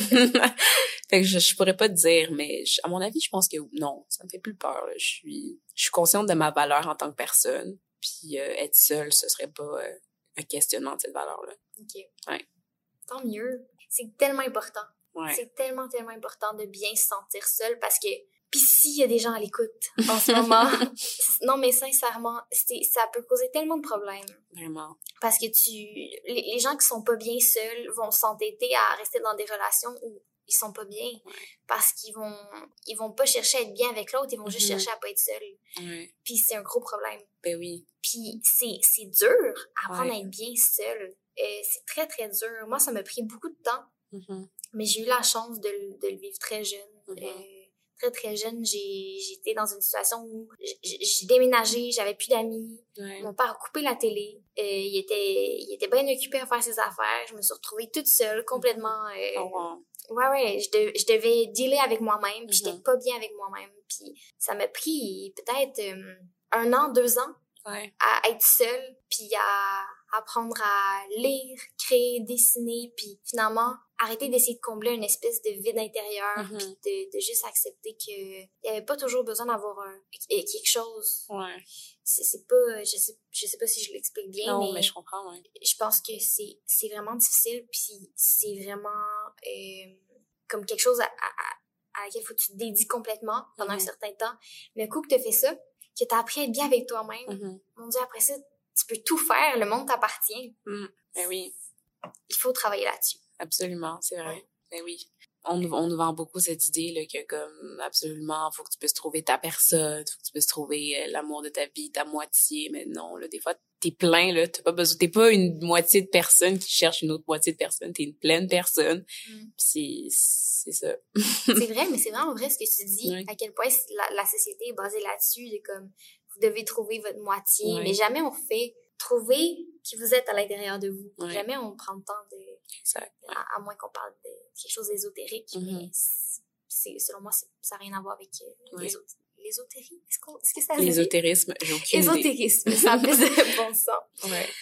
Fait que je, je pourrais pas te dire, mais je, à mon avis, je pense que non, ça me fait plus peur. Là. Je suis je suis consciente de ma valeur en tant que personne. Puis euh, être seule, ce serait pas euh, un questionnement de cette valeur-là. OK. Ouais. Tant mieux. C'est tellement important. Ouais. C'est tellement, tellement important de bien se sentir seul parce que... Puis s'il y a des gens à l'écoute en ce moment... non, mais sincèrement, c'est, ça peut causer tellement de problèmes. Vraiment. Parce que tu... Les, les gens qui sont pas bien seuls vont s'entêter à rester dans des relations où ils sont pas bien. Ouais. Parce qu'ils vont... Ils vont pas chercher à être bien avec l'autre, ils vont juste mm-hmm. chercher à pas être seuls. Ouais. Puis c'est un gros problème. Ben oui. Puis c'est, c'est dur à apprendre ouais. à être bien seul. Euh, c'est très, très dur. Moi, ça m'a pris beaucoup de temps. Mm-hmm. Mais j'ai eu la chance de, de le vivre très jeune. Mm-hmm. Euh, très, très jeune, j'ai, j'étais dans une situation où j'ai, j'ai déménagé, j'avais plus d'amis. Ouais. Mon père a coupé la télé. Euh, il était, il était bien occupé à faire ses affaires. Je me suis retrouvée toute seule, complètement... Euh, oh, wow. Ouais, ouais, je, de, je devais dealer avec moi-même, puis mm-hmm. j'étais pas bien avec moi-même. Puis ça m'a pris peut-être euh, un an, deux ans ouais. à être seule, puis à apprendre à lire, créer, dessiner, puis finalement arrêter d'essayer de combler une espèce de vide intérieur, mm-hmm. puis de, de juste accepter que il y avait pas toujours besoin d'avoir un, quelque chose. Ouais. C'est, c'est pas, je sais, je sais pas si je l'explique bien, non, mais, mais je comprends, ouais. Je pense que c'est, c'est vraiment difficile, puis c'est vraiment euh, comme quelque chose à, à, à laquelle faut que tu te dédies complètement pendant mm-hmm. un certain temps. Mais un coup que t'as fait ça, que t'as appris à être bien avec toi-même, mm-hmm. mon Dieu, après ça, tu peux tout faire, le monde t'appartient. Mm. Ben oui. Il faut travailler là-dessus. Absolument, c'est vrai. Ouais. Ben oui. On, on nous vend beaucoup cette idée là que comme absolument faut que tu puisses trouver ta personne, faut que tu puisses trouver euh, l'amour de ta vie, ta moitié, mais non là des fois t'es plein là, t'as pas besoin, t'es pas une moitié de personne qui cherche une autre moitié de personne, t'es une pleine personne. Mm. C'est c'est ça. C'est vrai, mais c'est vraiment vrai ce que tu dis, oui. à quel point la, la société est basée là-dessus, de comme vous devez trouver votre moitié, ouais. mais jamais on fait trouver qui vous êtes à l'intérieur de vous. Ouais. Jamais on prend le temps de... Exact. À, à moins qu'on parle de quelque chose d'ésotérique, Mm-hmm. mais c'est, selon moi, c'est, ça n'a rien à voir avec euh, ouais. l'ésot- l'ésotérie. Est-ce, qu'on, est-ce que ça L'ésotérisme, j'ai aucune idée. Ésotérisme, ça a plus de bon sens. Ouais.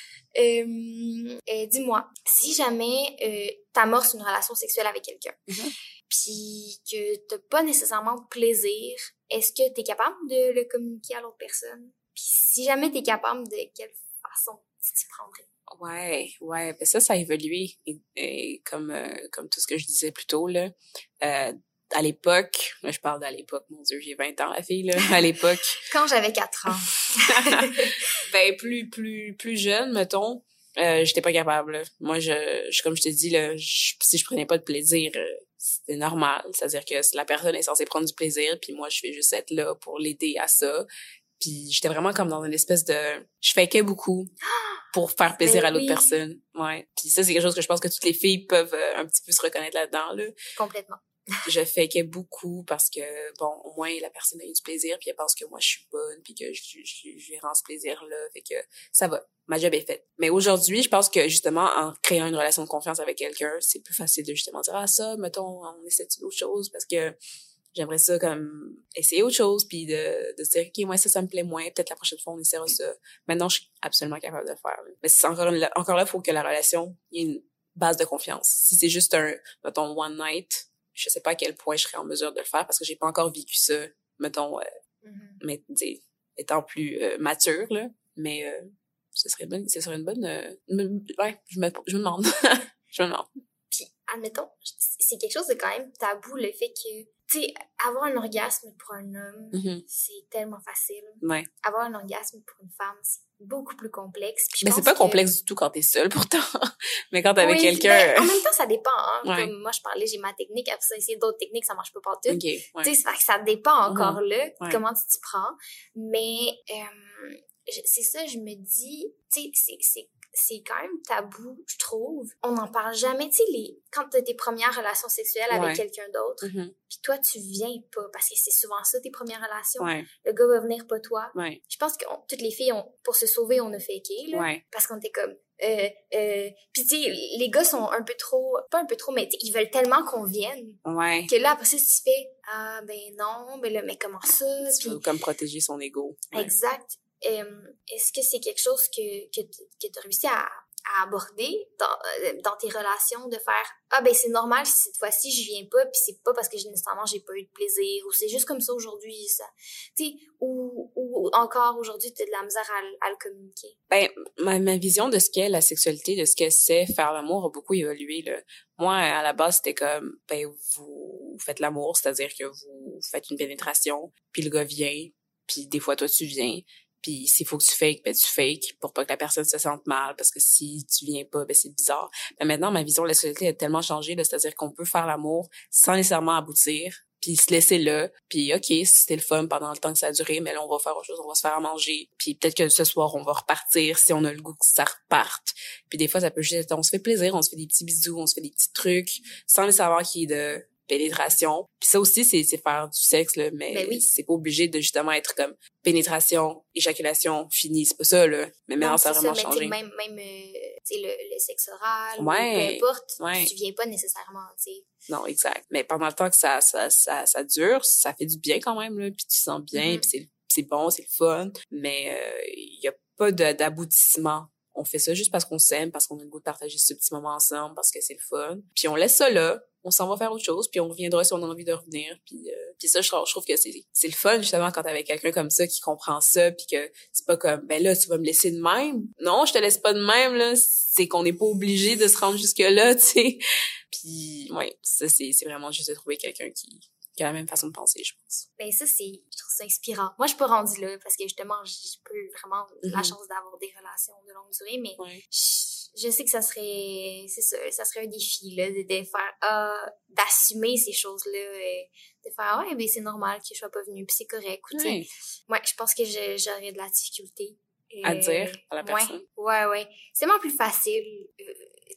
Euh, euh, dis-moi, si jamais euh, t'amorces une relation sexuelle avec quelqu'un, Mm-hmm. puis que t'as pas nécessairement de plaisir, est-ce que t'es capable de le communiquer à l'autre personne? Puis si jamais t'es capable, de quelle façon tu t'y prendrais? Ouais, ouais, ben ça, ça a évolué, et, et comme euh, comme tout ce que je disais plus tôt, là. Euh, à l'époque, je parle d'à l'époque, mon Dieu, j'ai vingt ans, la fille, là, à l'époque. Quand j'avais quatre ans. Ben, plus, plus, plus jeune, mettons, euh, j'étais pas capable, là. Moi, je, je, comme je te dis, là, je, si je prenais pas de plaisir, euh, c'était normal. C'est-à-dire que la personne est censée prendre du plaisir, puis moi, je vais juste être là pour l'aider à ça. Puis j'étais vraiment comme dans une espèce de... Je fakais beaucoup pour faire plaisir ben à l'autre oui. personne. Ouais. Puis ça, c'est quelque chose que je pense que toutes les filles peuvent euh, un petit peu se reconnaître là-dedans, là. Complètement. Je fakais beaucoup parce que, bon, au moins, la personne a eu du plaisir, puis elle pense que moi, je suis bonne, puis que je, je, je, je lui rends ce plaisir-là, fait que ça va. Ma job est faite. Mais aujourd'hui, je pense que, justement, en créant une relation de confiance avec quelqu'un, c'est plus facile de justement dire « Ah, ça, mettons, on essaie d'autres choses, parce que j'aimerais ça, comme, essayer autre chose, puis de, de se dire « Ok, moi, ça, ça me plaît moins, peut-être la prochaine fois, on essaiera ça. » Maintenant, je suis absolument capable de le faire. Là. Mais c'est encore, encore là, il faut que la relation, il y ait une base de confiance. Si c'est juste un, mettons, one night, je sais pas à quel point je serais en mesure de le faire parce que j'ai pas encore vécu ça, mettons, euh, Mm-hmm. mais, t'sais, étant plus euh, mature, là. Mais euh, ce serait bonne, ce serait une bonne... Euh, me, ouais, je me, je me demande. je me demande. Puis, admettons, c'est quelque chose de quand même tabou, le fait que, tu sais, avoir un orgasme pour un homme, Mm-hmm. c'est tellement facile. Ouais. Avoir un orgasme pour une femme, c'est beaucoup plus complexe. Puis je Mais pense c'est pas que... complexe du tout quand t'es seule, pourtant. Mais quand t'es avec oui, quelqu'un... ben, en même temps, ça dépend. Hein. Ouais. Comme moi, je parlais, j'ai ma technique. Après ça, essayer d'autres techniques, ça marche pas partout. OK, ouais. Tu sais, ça, ça dépend encore Mm-hmm. là, Ouais. comment tu t'y prends. Mais euh, je- c'est ça, je me dis, tu sais, c'est, c'est, c'est quand même tabou, je trouve. On n'en parle jamais. Tu sais, les... quand t'as tes premières relations sexuelles avec Ouais. quelqu'un d'autre, Mm-hmm. puis toi, tu viens pas, parce que c'est souvent ça, tes premières relations. Ouais, Le gars va venir, pas toi. ouais, Je pense que on- toutes les filles, ont, pour se sauver, on a faké, là. ouais. Parce qu'on était comme... Euh, euh, puis tu sais, les gars sont un peu trop... Pas un peu trop, mais tu sais, ils veulent tellement qu'on vienne Ouais. que là, après ça, tu fais « Ah, ben non, ben là, mais comment ça? » Tu Puis veux comme protéger son ego. Ouais. exact. Euh, est-ce que c'est quelque chose que, que, t- que tu as réussi à, à aborder dans, euh, dans tes relations, de faire « Ah, ben c'est normal si cette fois-ci, je viens pas, puis c'est pas parce que j'ai, nécessairement j'ai pas eu de plaisir, ou c'est juste comme ça aujourd'hui, ça. » Tu sais, ou, ou encore aujourd'hui, tu as de la misère à, l- à le communiquer. Ben, ma, ma vision de ce qu'est la sexualité, de ce que c'est faire l'amour a beaucoup évolué, là. Moi, à la base, c'était comme, ben, vous faites l'amour, c'est-à-dire que vous faites une pénétration, puis le gars vient, puis des fois, toi, tu viens. Puis s'il faut que tu fakes, ben tu fakes pour pas que la personne se sente mal, parce que si tu viens pas, ben c'est bizarre. Mais maintenant, ma vision de la sexualité a tellement changé, là, c'est-à-dire qu'on peut faire l'amour sans nécessairement aboutir, puis se laisser là, puis ok, c'était le fun pendant le temps que ça a duré, mais là, on va faire autre chose, on va se faire à manger, puis peut-être que ce soir, on va repartir si on a le goût que ça reparte. Puis des fois, ça peut juste être, on se fait plaisir, on se fait des petits bisous, on se fait des petits trucs, sans le savoir qu'il y ait de pénétration. Puis ça aussi, c'est, c'est faire du sexe, là, mais Ben oui. c'est pas obligé de justement être comme pénétration, éjaculation, fini, c'est pas ça, là. Mais maintenant, Non, ça a c'est vraiment ça, mais changé. tu sais, même, même euh, tu sais, le, le sexe oral, Ouais, ou peu importe, ouais. tu viens pas nécessairement, tu sais. Non, exact. Mais pendant le temps que ça, ça, ça, ça dure, ça fait du bien quand même, là, puis tu te sens bien, Mm-hmm. puis c'est, c'est bon, c'est le fun, mais il euh, y a pas de, d'aboutissement. On fait ça juste parce qu'on s'aime, parce qu'on a le goût de partager ce petit moment ensemble, parce que c'est le fun. Puis on laisse ça là, on s'en va faire autre chose, puis on reviendra si on a envie de revenir. Puis, euh, puis ça, je trouve, je trouve que c'est, c'est le fun, justement, quand t'es avec quelqu'un comme ça qui comprend ça, puis que c'est pas comme, ben là, tu vas me laisser de même. Non, je te laisse pas de même, là. C'est qu'on n'est pas obligé de se rendre jusque-là, tu sais. Puis, ouais, ça, c'est, c'est vraiment juste de trouver quelqu'un qui... qui a la même façon de penser, je pense. Ben ça, c'est, je trouve ça inspirant. Moi, je suis pas rendue là, parce que justement, j'ai pas eu vraiment mm-hmm. la chance d'avoir des relations de longue durée, mais ouais. je, je sais que ça serait, c'est ça, ça serait un défi, là, de, de faire, ah, d'assumer ces choses-là, et de faire, ouais, ben c'est normal que je sois pas venue, puis c'est correct, tu sais. Ouais. ouais, je pense que je, j'aurais de la difficulté. À euh, dire à la personne. Ouais, ouais, ouais. C'est tellement plus facile, euh, tu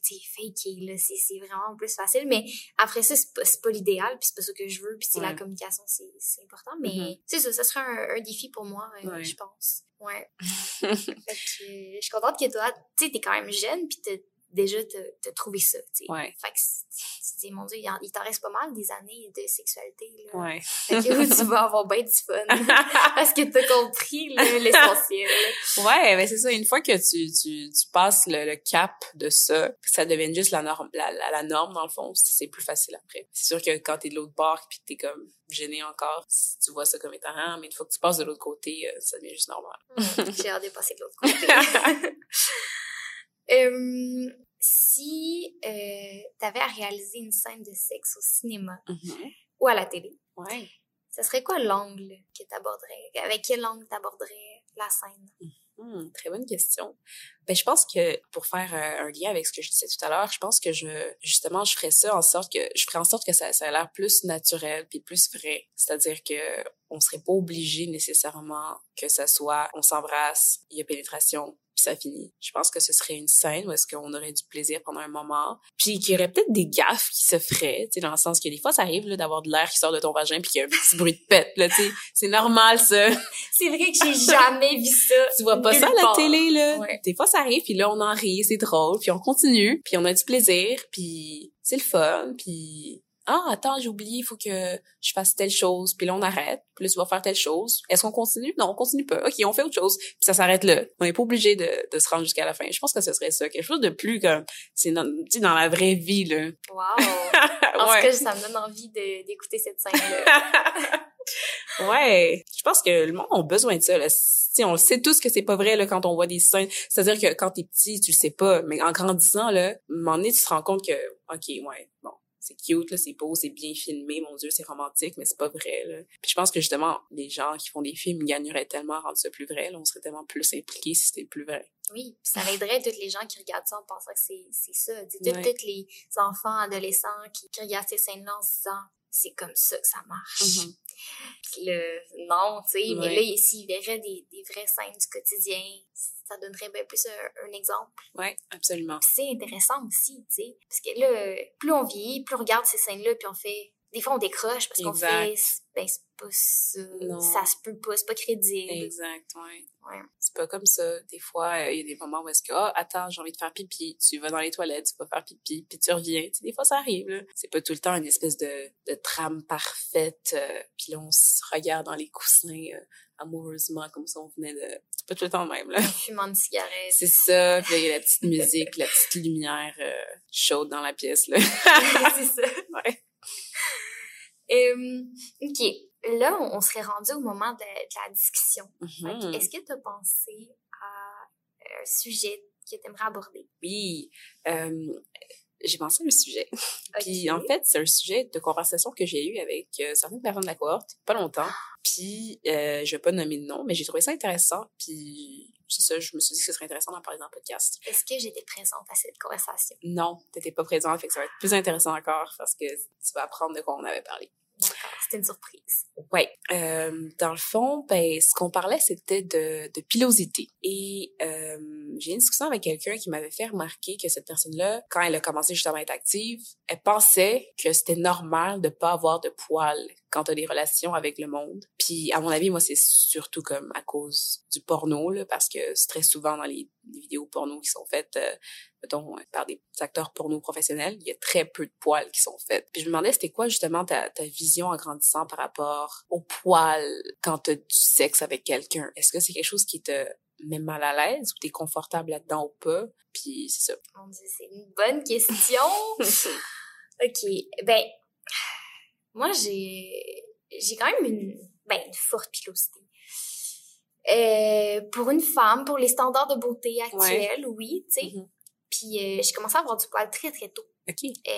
tu sais, faker, là, c'est, c'est vraiment plus facile. Mais après ça, c'est pas, c'est pas l'idéal, puis c'est pas ça que je veux. Puis, tu sais, Ouais. la communication, c'est, c'est important. Mais, Mm-hmm. tu sais, ça, ça serait un, un défi pour moi, euh, Ouais. je pense. Ouais. Fait que, euh, je suis contente que toi, tu sais, t'es quand même jeune, puis t'as déjà t'as, t'as trouvé ça, tu sais. Ouais. Fait que, tu dis, mon Dieu, il, en, il t'en reste pas mal des années de sexualité, là. Ouais. Fait que tu vas avoir bien du fun. Parce que t'as compris, là, l'essentiel. Ouais, ben c'est ça. Une fois que tu, tu, tu passes le, le cap de ça, que ça devient juste la norme, la, la, la norme, dans le fond, c'est plus facile après. C'est sûr que quand t'es de l'autre bord pis que t'es comme gêné encore, si tu vois ça comme étant, ah, mais une fois que tu passes de l'autre côté, euh, ça devient juste normal. J'ai hâte de passer de l'autre côté. euh, si euh, t'avais à réaliser une scène de sexe au cinéma Mm-hmm. ou à la télé, Ouais. ça serait quoi l'angle que t'aborderais? Avec quel angle t'aborderais la scène? Hmm, très bonne question. Ben, je pense que pour faire euh, un lien avec ce que je disais tout à l'heure, je pense que je, justement, je ferais ça en sorte que, je ferais en sorte que ça, ça a l'air plus naturel puis plus vrai. C'est-à-dire que on serait pas obligé nécessairement que ça soit, on s'embrasse, il y a pénétration, puis ça finit. Je pense que ce serait une scène où est-ce qu'on aurait du plaisir pendant un moment, puis qu'il y aurait peut-être des gaffes qui se feraient, tu sais, dans le sens que des fois, ça arrive, là, d'avoir de l'air qui sort de ton vagin puis qu'il y a un petit bruit de pète, là, tu sais. C'est normal, ça. C'est vrai que j'ai jamais vu ça. Tu vois pas ça à la part. télé, là. Ouais. Des fois, ça arrive, puis là, on en rit, c'est drôle, puis on continue, puis on a du plaisir, puis c'est le fun, puis... Ah, attends, j'ai oublié, il faut que je fasse telle chose, puis là, on arrête, puis là, tu vas faire telle chose. Est-ce qu'on continue? Non, on continue pas. OK, on fait autre chose, puis ça s'arrête là. On n'est pas obligé de, de se rendre jusqu'à la fin. Je pense que ce serait ça, quelque chose de plus comme... C'est dans, tu sais, dans la vraie vie, là. Wow! En Ouais. tout cas, ça me donne envie de, d'écouter cette scène-là. Ouais, je pense que le monde a besoin de ça. Là. T'sais, on le sait tous que c'est pas vrai là quand on voit des scènes. C'est-à-dire que quand t'es petit, tu le sais pas, mais en grandissant là, à un moment donné, tu te rends compte que, ok, ouais, bon, c'est cute là, c'est beau, c'est bien filmé, mon Dieu, c'est romantique, mais c'est pas vrai là. Puis je pense que justement, les gens qui font des films gagneraient tellement à rendre ça plus vrai. Là, on serait tellement plus impliqués si c'était plus vrai. Oui, puis ça aiderait tous les gens qui regardent ça en pensant que c'est, c'est ça. Tous Ouais. toutes les enfants, adolescents qui, qui regardent ces scènes-là en se disant c'est comme ça que ça marche. Mm-hmm. Puis le non, tu sais, Ouais. mais là, s'ils verraient des, des vraies scènes du quotidien, ça donnerait bien plus un, un exemple. Ouais, absolument. Puis c'est intéressant aussi, tu sais, parce que là, plus on vieillit, plus on regarde ces scènes-là, puis on fait... Des fois, on décroche parce qu'on Exact. fait... Ben, c'est pas ça. Non. Ça se peut pas, c'est pas crédible. Exact, ouais. Ouais. C'est pas comme ça. Des fois, il euh, y a des moments où est-ce que, ah, oh, attends, j'ai envie de faire pipi. Tu vas dans les toilettes, tu vas faire pipi, puis tu reviens. Tu sais, des fois, ça arrive, là. C'est pas tout le temps une espèce de, de trame parfaite, euh, puis là, on se regarde dans les coussins euh, amoureusement, comme si on venait de... C'est pas tout le temps le même, là. Fumant une cigarette. C'est ça, puis là, il y a la petite musique, la petite lumière euh, chaude dans la pièce, là. C'est ça. Ouais. Euh, OK. Là, on, on serait rendu au moment de, de la discussion. Mm-hmm. Donc, est-ce que tu as pensé à un sujet que tu aimerais aborder? Oui. Euh, j'ai pensé à un sujet. Okay. Puis, en fait, c'est un sujet de conversation que j'ai eu avec euh, certaines personnes de la cohorte, pas longtemps. Puis, euh, je vais pas nommer de nom, mais j'ai trouvé ça intéressant. Puis, c'est ça, je me suis dit que ce serait intéressant d'en parler dans le podcast. Est-ce que j'étais présente à cette conversation? Non, t'étais pas présente, fait que ça va être plus intéressant encore parce que tu vas apprendre de quoi on avait parlé. D'accord, c'était une surprise. Ouais. Euh, dans le fond, ben, ce qu'on parlait, c'était de, de pilosité. Et euh, j'ai eu une discussion avec quelqu'un qui m'avait fait remarquer que cette personne-là, quand elle a commencé justement à être active, elle pensait que c'était normal de pas avoir de poils quand t'as des relations avec le monde. Puis, à mon avis, moi, c'est surtout comme à cause du porno, là, parce que c'est très souvent dans les, les vidéos porno qui sont faites, euh, mettons, par des acteurs porno professionnels, il y a très peu de poils qui sont faits. Puis je me demandais, c'était quoi justement ta, ta vision en grandissant par rapport aux poils quand t'as du sexe avec quelqu'un? Est-ce que c'est quelque chose qui te met mal à l'aise ou t'es confortable là-dedans ou pas? Puis c'est ça. Mon Dieu, c'est une bonne question. OK, ben... Moi, j'ai j'ai quand même une, ben, une forte pilosité. Euh, pour une femme, pour les standards de beauté actuels, ouais. Oui, tu sais. Mm-hmm. Puis euh, j'ai commencé à avoir du poil très, très tôt. OK.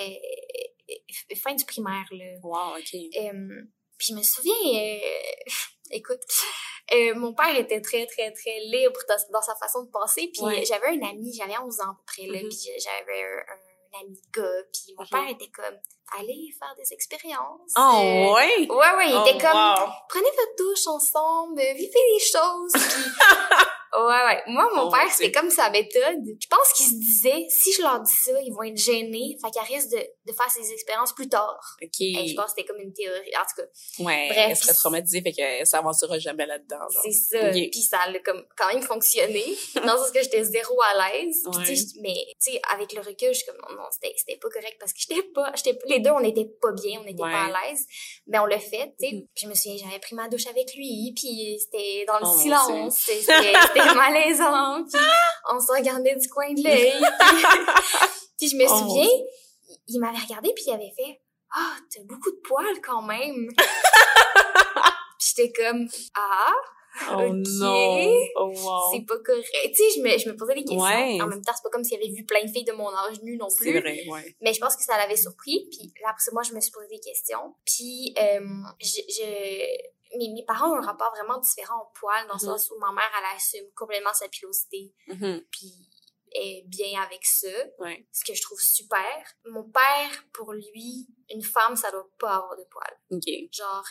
Euh, fin du primaire, là. Wow, OK. Euh, puis je me souviens, euh, écoute, euh, mon père était très, très, très libre dans, dans sa façon de penser. Puis ouais. J'avais un ami, j'avais onze ans à peu près, là, mm-hmm. Puis j'avais un... un ami gars, puis mon mm-hmm. père était comme allez faire des expériences. Oh euh, ouais. Ouais ouais, il oh, était comme wow. Prenez votre douche ensemble, vivez les choses. Puis Ouais, ouais. Moi, mon Oh, père, c'est- c'était comme sa méthode. Je pense qu'il se disait, si je leur dis ça, ils vont être gênés. Fait qu'ils risquent de, de faire ces expériences plus tard. OK. Et je pense que c'était comme une théorie. En tout cas, Ouais, Bref, elle serait puis- traumatisée, fait qu'elle s'avancera jamais là-dedans, genre. c'est ça. Ok. Puis ça a comme quand même fonctionné. Dans le sens que j'étais zéro à l'aise. Puis Ouais. tu sais, mais tu sais, avec le recul, je suis comme, non, non, c'était, c'était pas correct parce que j'étais pas, j'étais, les deux, on n'était pas bien, on n'était Ouais. pas à l'aise. Mais on l'a fait, tu sais. Mhm. Je me souviens, j'avais pris ma douche avec lui, puis c'était dans le Oh, mon silence. C'était, c'était, c'était malaisant, puis on se regardait du coin de l'œil. Puis je me Oh, souviens, il, il m'avait regardé, puis il avait fait, « Ah, t'as beaucoup de poils quand même! » Puis j'étais comme, « Ah! » Oh Ok. non! Oh wow! C'est pas correct. Tu sais, je me, je me posais des questions. Ouais. En même temps, c'est pas comme s'il avait vu plein de filles de mon âge nu non plus. C'est vrai, ouais. Mais je pense que ça l'avait surpris. Puis là, après ça, moi, je me suis posé des questions. Puis, euh, je, je, mes, mes parents ont un rapport vraiment différent au poil, dans le Mhm. sens où ma mère, elle assume complètement sa pilosité. Mhm. Puis, est bien avec ça. Ouais. Ce que je trouve super. Mon père, pour lui, une femme, ça doit pas avoir de poils. OK. Genre,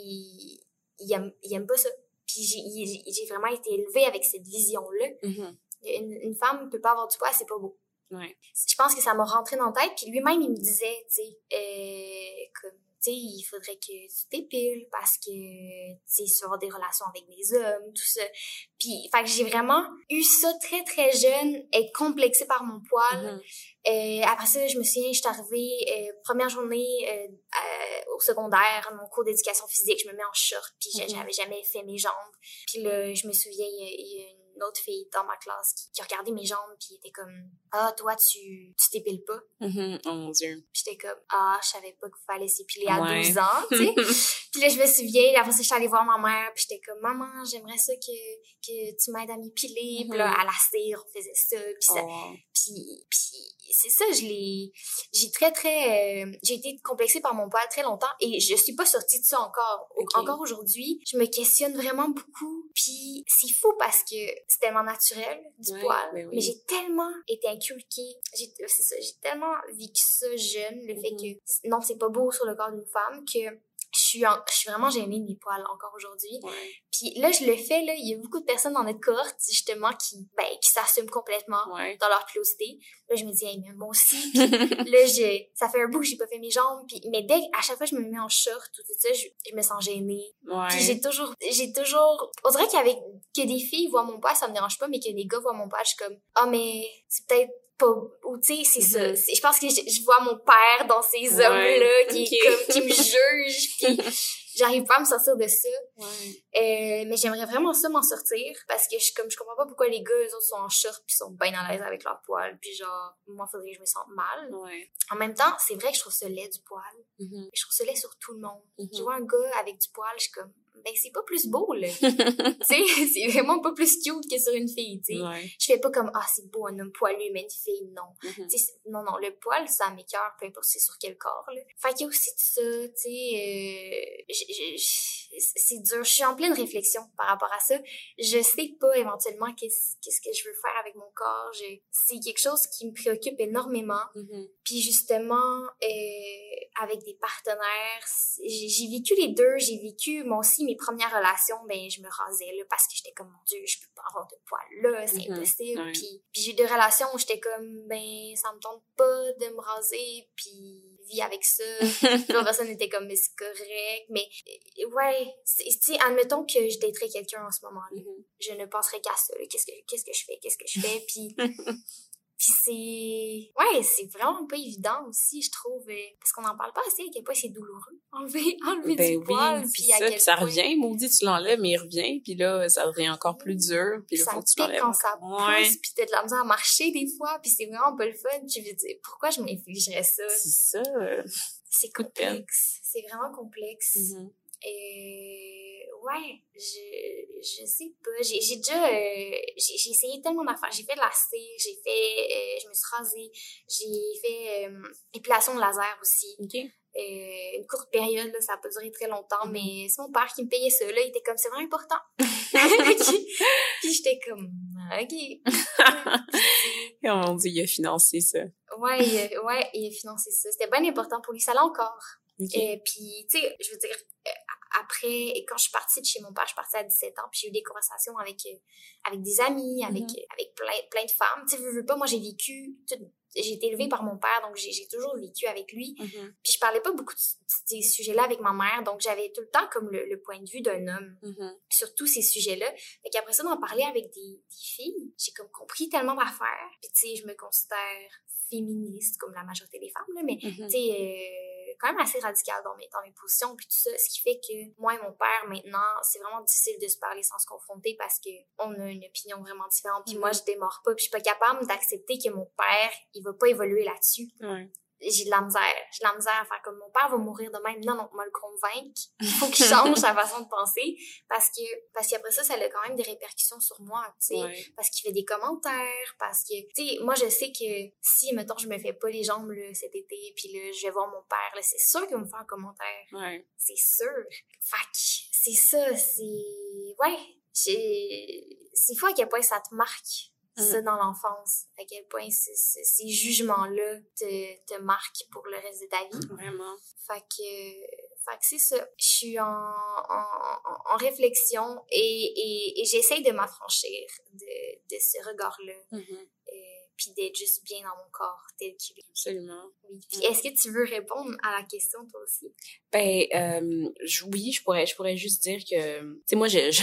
il, il aime, il aime pas ça. Puis j'ai, il- j'ai vraiment été élevée avec cette vision-là. Mhm. Une, une femme peut pas avoir du poids, c'est pas beau. Ouais. Je pense que ça m'a rentré dans la tête, puis lui-même, il me disait, tu sais, euh, comme, tu sais, il faudrait que tu t'épiles parce que, tu sais, tu vas avoir des relations avec des hommes, tout ça. Puis, fait que j'ai vraiment eu ça très, très jeune, être complexée par mon poil. Mhm. Euh, après ça, je me souviens, je suis arrivée, euh, première journée euh, euh, au secondaire, mon cours d'éducation physique, je me mets en short, puis Mhm. j'avais jamais fait mes jambes. Puis là, je me souviens, il y a, il y a une autre fille dans ma classe qui, qui regardait mes jambes, puis était comme « Ah, toi, tu tu t'épiles pas? » Mhm. Oh mon Dieu. Puis j'étais comme « Ah, je savais pas qu'il fallait s'épiler à Ouais. douze ans, tu sais. » Puis là, je me souviens, après ça, je suis allée voir ma mère, puis j'étais comme « Maman, j'aimerais ça que, que tu m'aides à m'épiler. » Puis là, à la cire, on faisait ça, puis ça... Oh, wow. Puis, puis c'est ça, je l'ai... J'ai très, très... Euh, j'ai été complexée par mon poil très longtemps et je suis pas sortie de ça encore. Ok. Encore aujourd'hui, je me questionne vraiment beaucoup. Puis c'est fou parce que c'est tellement naturel, du Ouais, poil. ben oui. Mais j'ai tellement été inculquée. J'ai, c'est ça, j'ai tellement vécu ça jeune, le fait Mhm. que non, c'est pas beau sur le corps d'une femme, que je suis, en, je suis vraiment gênée de mes poils encore aujourd'hui. Ouais. Puis là, je le fais, là, il y a beaucoup de personnes dans notre cohorte, justement, qui, ben, qui s'assument complètement Ouais. dans leur pilosité. Là, je me dis, hey, mais moi aussi. Puis là, j'ai, ça fait un bout que j'ai pas fait mes jambes. Puis, mais dès, à chaque fois que je me mets en short ou tout ça, je, je me sens gênée. Ouais. Puis j'ai toujours, j'ai toujours, on dirait qu'avec, que des filles voient mon poil, ça me dérange pas, mais que des gars voient mon poil, je suis comme, ah, mais c'est peut-être pas, ou tu sais, c'est ça. Mhm. C'est- je pense que je, je vois mon père dans ces Ouais. hommes-là qui, Ok. est comme, qui me jugent. Puis j'arrive pas à me sortir de ça. Ouais. Euh, mais j'aimerais vraiment ça m'en sortir parce que je comme je comprends pas pourquoi les gars eux autres sont en short puis sont bien à l'aise avec leur poil puis genre moi faudrait que je me sente mal. Ouais. En même temps, c'est vrai que je trouve ça laid du poil. Mhm. Je trouve ça laid sur tout le monde. Mhm. Je vois un gars avec du poil, je suis comme ben c'est pas plus beau là. Tu sais, c'est vraiment pas plus cute que sur une fille, tu sais. Ouais. Je fais pas comme ah c'est beau un homme poilu mais une fille non. Mhm. Tu sais, c'est- non, non, le poil, ça m'écoeure, peu importe c'est sur quel corps, là. Fait qu'il y a aussi de ça, tu sais, euh, j- j- j- c'est dur. Je suis en pleine réflexion par rapport à ça. Je sais pas éventuellement qu'est-ce, qu'est-ce que je veux faire avec mon corps. Je- c'est quelque chose qui me préoccupe énormément. Mhm. Puis justement, euh, avec des partenaires, j'ai, j'ai vécu les deux. J'ai vécu, moi aussi, mes premières relations, ben je me rasais là parce que j'étais comme, mon Dieu, je peux pas avoir de poils là, c'est Mhm. impossible. Ouais. Puis, puis j'ai eu des relations où j'étais comme, ben ça me tente pas de me raser, puis vis avec ça. Puis l'autre personne était comme, mais c'est correct. Mais euh, ouais, c'est- tu sais, admettons que je daterais quelqu'un en ce moment-là. Mhm. Je ne penserais qu'à ça. là. Qu'est-ce que qu'est-ce que je fais? Qu'est-ce que je fais? Puis puis c'est... Ouais, c'est vraiment pas évident aussi, je trouve. euh, Parce qu'on en parle pas assez à quel point c'est douloureux. Enlever, enlever Ben du poil, oui, puis c'est à ça, quel puis ça point... revient, maudit, tu l'enlèves, mais il revient, puis là, ça devient encore plus dur, puis là, ça faut me que tu pique l'enlèves. quand ça pousse, Ouais. puis t'as de la misère à marcher des fois, puis c'est vraiment pas le fun. Puis je veux dire, pourquoi je m'infligerais ça? C'est ça. euh, C'est coup de peine. complexe. C'est vraiment complexe. mhm. Et ouais, je, je sais pas. J'ai, j'ai déjà, euh, j'ai, j'ai essayé tellement d'affaires. J'ai fait de la cire, j'ai fait, euh, je me suis rasée, j'ai fait euh, épilation de laser aussi. OK. Euh, une courte période, là, ça a pas duré très longtemps, Mhm. mais c'est mon père qui me payait ça. Là, il était comme, c'est vraiment important. Puis, puis j'étais comme, OK. Oh mon Dieu, il a financé ça. Ouais, il a- ouais, il a financé ça. C'était bien important pour lui. Ça l'a encore. OK. Et puis, tu sais, je veux dire, euh, après, quand je suis partie de chez mon père, je suis partie à dix-sept ans, puis j'ai eu des conversations avec, euh, avec des amis, avec, mm-hmm. euh, avec plein, plein de femmes. Tu sais, veux, veux pas, moi, j'ai vécu, tout, j'ai été élevée par mon père, donc j'ai, j'ai toujours vécu avec lui. Mm-hmm. Puis je parlais pas beaucoup de ces sujets-là avec ma mère, donc j'avais tout le temps comme le, le point de vue d'un homme mm-hmm. sur tous ces sujets-là. Fait qu'après ça, d'en parler avec des, des filles, j'ai comme compris tellement d'affaires. Puis tu sais, je me considère féministe, comme la majorité des femmes, là, mais mm-hmm. tu sais... Euh, quand même assez radicale dans mes, dans mes positions, puis tout ça, ce qui fait que moi et mon père, maintenant, c'est vraiment difficile de se parler sans se confronter parce que on a une opinion vraiment différente, puis mm-hmm. moi, je démords pas, puis je suis pas capable d'accepter que mon père, il va pas évoluer là-dessus. Mm. J'ai de la misère, j'ai de la misère à faire comme mon père va mourir de même, non, non, on va le convaincre, il faut qu'il change sa façon de penser, parce que, parce qu'après ça, ça a quand même des répercussions sur moi, tu sais, ouais. parce qu'il fait des commentaires, parce que, tu sais, moi, je sais que si, mettons, je me fais pas les jambes, là, cet été, puis là, je vais voir mon père, là, c'est sûr qu'il va me faire un commentaire. Ouais. C'est sûr. Fait que, c'est ça, c'est, ouais, j'ai, c'est fou à quel point ça te marque. Ça dans l'enfance, à quel point c- c- ces jugements-là te, te marquent pour le reste de ta vie. Vraiment. Fait que, fait que c'est ça. Je suis en, en, en réflexion et, et, et j'essaye de m'affranchir de, de ce regard-là. Mm-hmm. Euh, puis d'être juste bien dans mon corps tel qu'il est. Absolument. Oui. Puis est-ce que tu veux répondre à la question toi aussi? Ben, euh, oui, je pourrais, je pourrais juste dire que, tu sais, moi, je... je...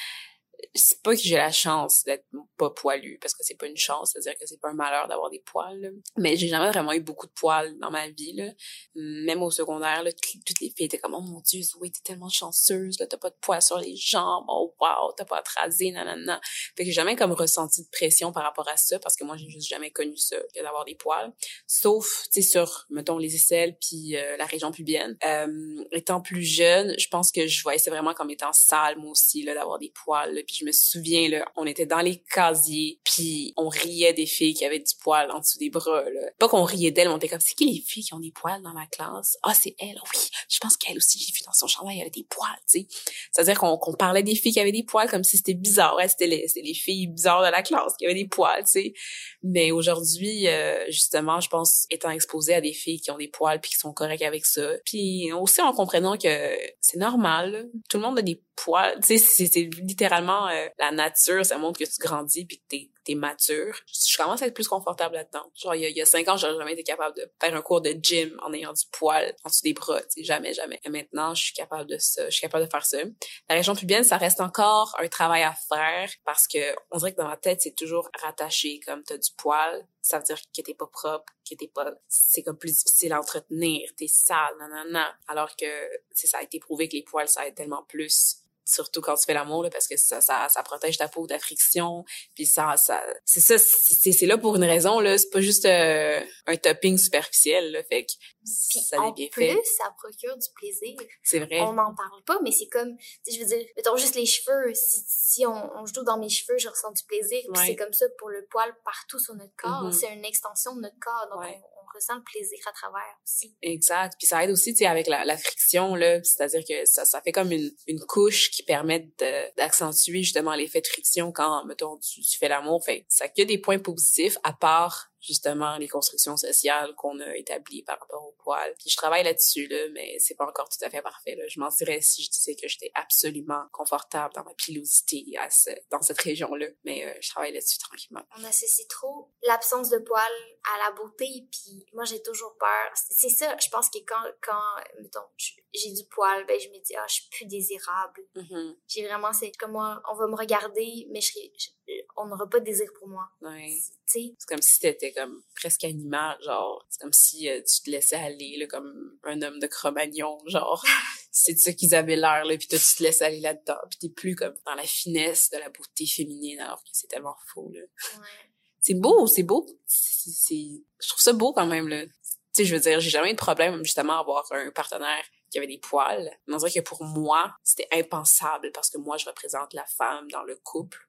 c'est pas que j'ai la chance d'être pas poilue, parce que c'est pas une chance, c'est-à-dire que c'est pas un malheur d'avoir des poils, là. Mais j'ai jamais vraiment eu beaucoup de poils dans ma vie, là. Même au secondaire, là, toutes les filles étaient comme « Oh mon Dieu, Zoé, t'es tellement chanceuse, là, t'as pas de poils sur les jambes, oh wow, t'as pas à te raser, nanana. » Fait que j'ai jamais comme ressenti de pression par rapport à ça, parce que moi, j'ai juste jamais connu ça, que d'avoir des poils. Sauf, tu sais, sur, mettons, les aisselles puis euh, la région pubienne. Euh, étant plus jeune, je pense que je voyais ça vraiment comme étant sale, moi aussi, là, d'avoir des poils, là. Puis je me souviens, là, on était dans les casiers, puis on riait des filles qui avaient du poil en dessous des bras, là. Pas qu'on riait d'elles, mais on était comme, c'est qui les filles qui ont des poils dans la classe? Ah, c'est elle, oui. Je pense qu'elle aussi, j'ai vu dans son chandail, elle avait des poils, tu sais. C'est-à-dire qu'on, qu'on parlait des filles qui avaient des poils comme si c'était bizarre. Ouais, c'était les, c'était les filles bizarres de la classe qui avaient des poils, tu sais. Mais aujourd'hui, euh, justement, je pense, étant exposée à des filles qui ont des poils puis qui sont correctes avec ça. Puis aussi en comprenant que c'est normal, là. Tout le monde a des poils, tu sais, c'est, c'est littéralement euh, la nature, ça montre que tu grandis puis que t'es, t'es mature. Je commence à être plus confortable là-dedans. Genre, il y a, il y a cinq ans, j'aurais jamais été capable de faire un cours de gym en ayant du poil en dessous des bras, tu sais, jamais, jamais. Et maintenant, je suis capable de ça, je suis capable de faire ça. La région pubienne, ça reste encore un travail à faire parce que on dirait que dans ma tête, c'est toujours rattaché, comme t'as du poil, ça veut dire que t'es pas propre, que t'es pas, c'est comme plus difficile à entretenir, t'es sale, nanana. Alors que, c'est ça a été prouvé que les poils, ça aide tellement plus. Surtout quand tu fais l'amour, là, parce que ça, ça, ça protège ta peau de la friction, puis ça, ça, c'est ça, c'est, c'est là pour une raison, là, c'est pas juste euh, un topping superficiel, là, fait que puis ça en bien plus, fait. ça procure du plaisir. C'est vrai. On n'en parle pas, mais c'est comme, tu sais, je veux dire, mettons juste les cheveux, si, si on, on joue dans mes cheveux, je ressens du plaisir, puis ouais. c'est comme ça pour le poil partout sur notre corps, mm-hmm. c'est une extension de notre corps, donc ouais. on, on ressent le plaisir à travers aussi. Exact. Puis ça aide aussi, tu sais, avec la, la friction, là. C'est-à-dire que ça, ça fait comme une, une couche qui permet de, d'accentuer justement l'effet de friction quand, mettons, tu, tu fais l'amour. Fait ça a que des points positifs à part justement les constructions sociales qu'on a établies par rapport au poil. Puis je travaille là-dessus, là, mais c'est pas encore tout à fait parfait, là. Je mentirais si je disais que j'étais absolument confortable dans ma pilosité à ce, dans cette région-là. Mais euh, je travaille là-dessus tranquillement. On associe trop l'absence de poil à la beauté, puis moi j'ai toujours peur. C'est ça, je pense que quand, quand mettons, j'ai du poil, ben je me dis, ah, je suis plus désirable. Mm-hmm. J'ai vraiment, c'est comme moi, on va me regarder, mais je, je, on n'aura pas de désir pour moi. Ouais. C'est, c'est comme si t'étais comme presque animal, genre, c'est comme si euh, tu te laissais aller, là, comme un homme de Cro-Magnon, genre, c'est de ça qu'ils avaient l'air, là, pis toi, tu te laisses aller là-dedans, pis t'es plus comme dans la finesse de la beauté féminine, alors que c'est tellement faux, là. Ouais. C'est beau, c'est beau, c'est, c'est, je trouve ça beau quand même, là. Tu sais, je veux dire, j'ai jamais eu de problème, justement, à avoir un partenaire qui avait des poils. Mais on dirait que pour moi, c'était impensable parce que moi, je représente la femme dans le couple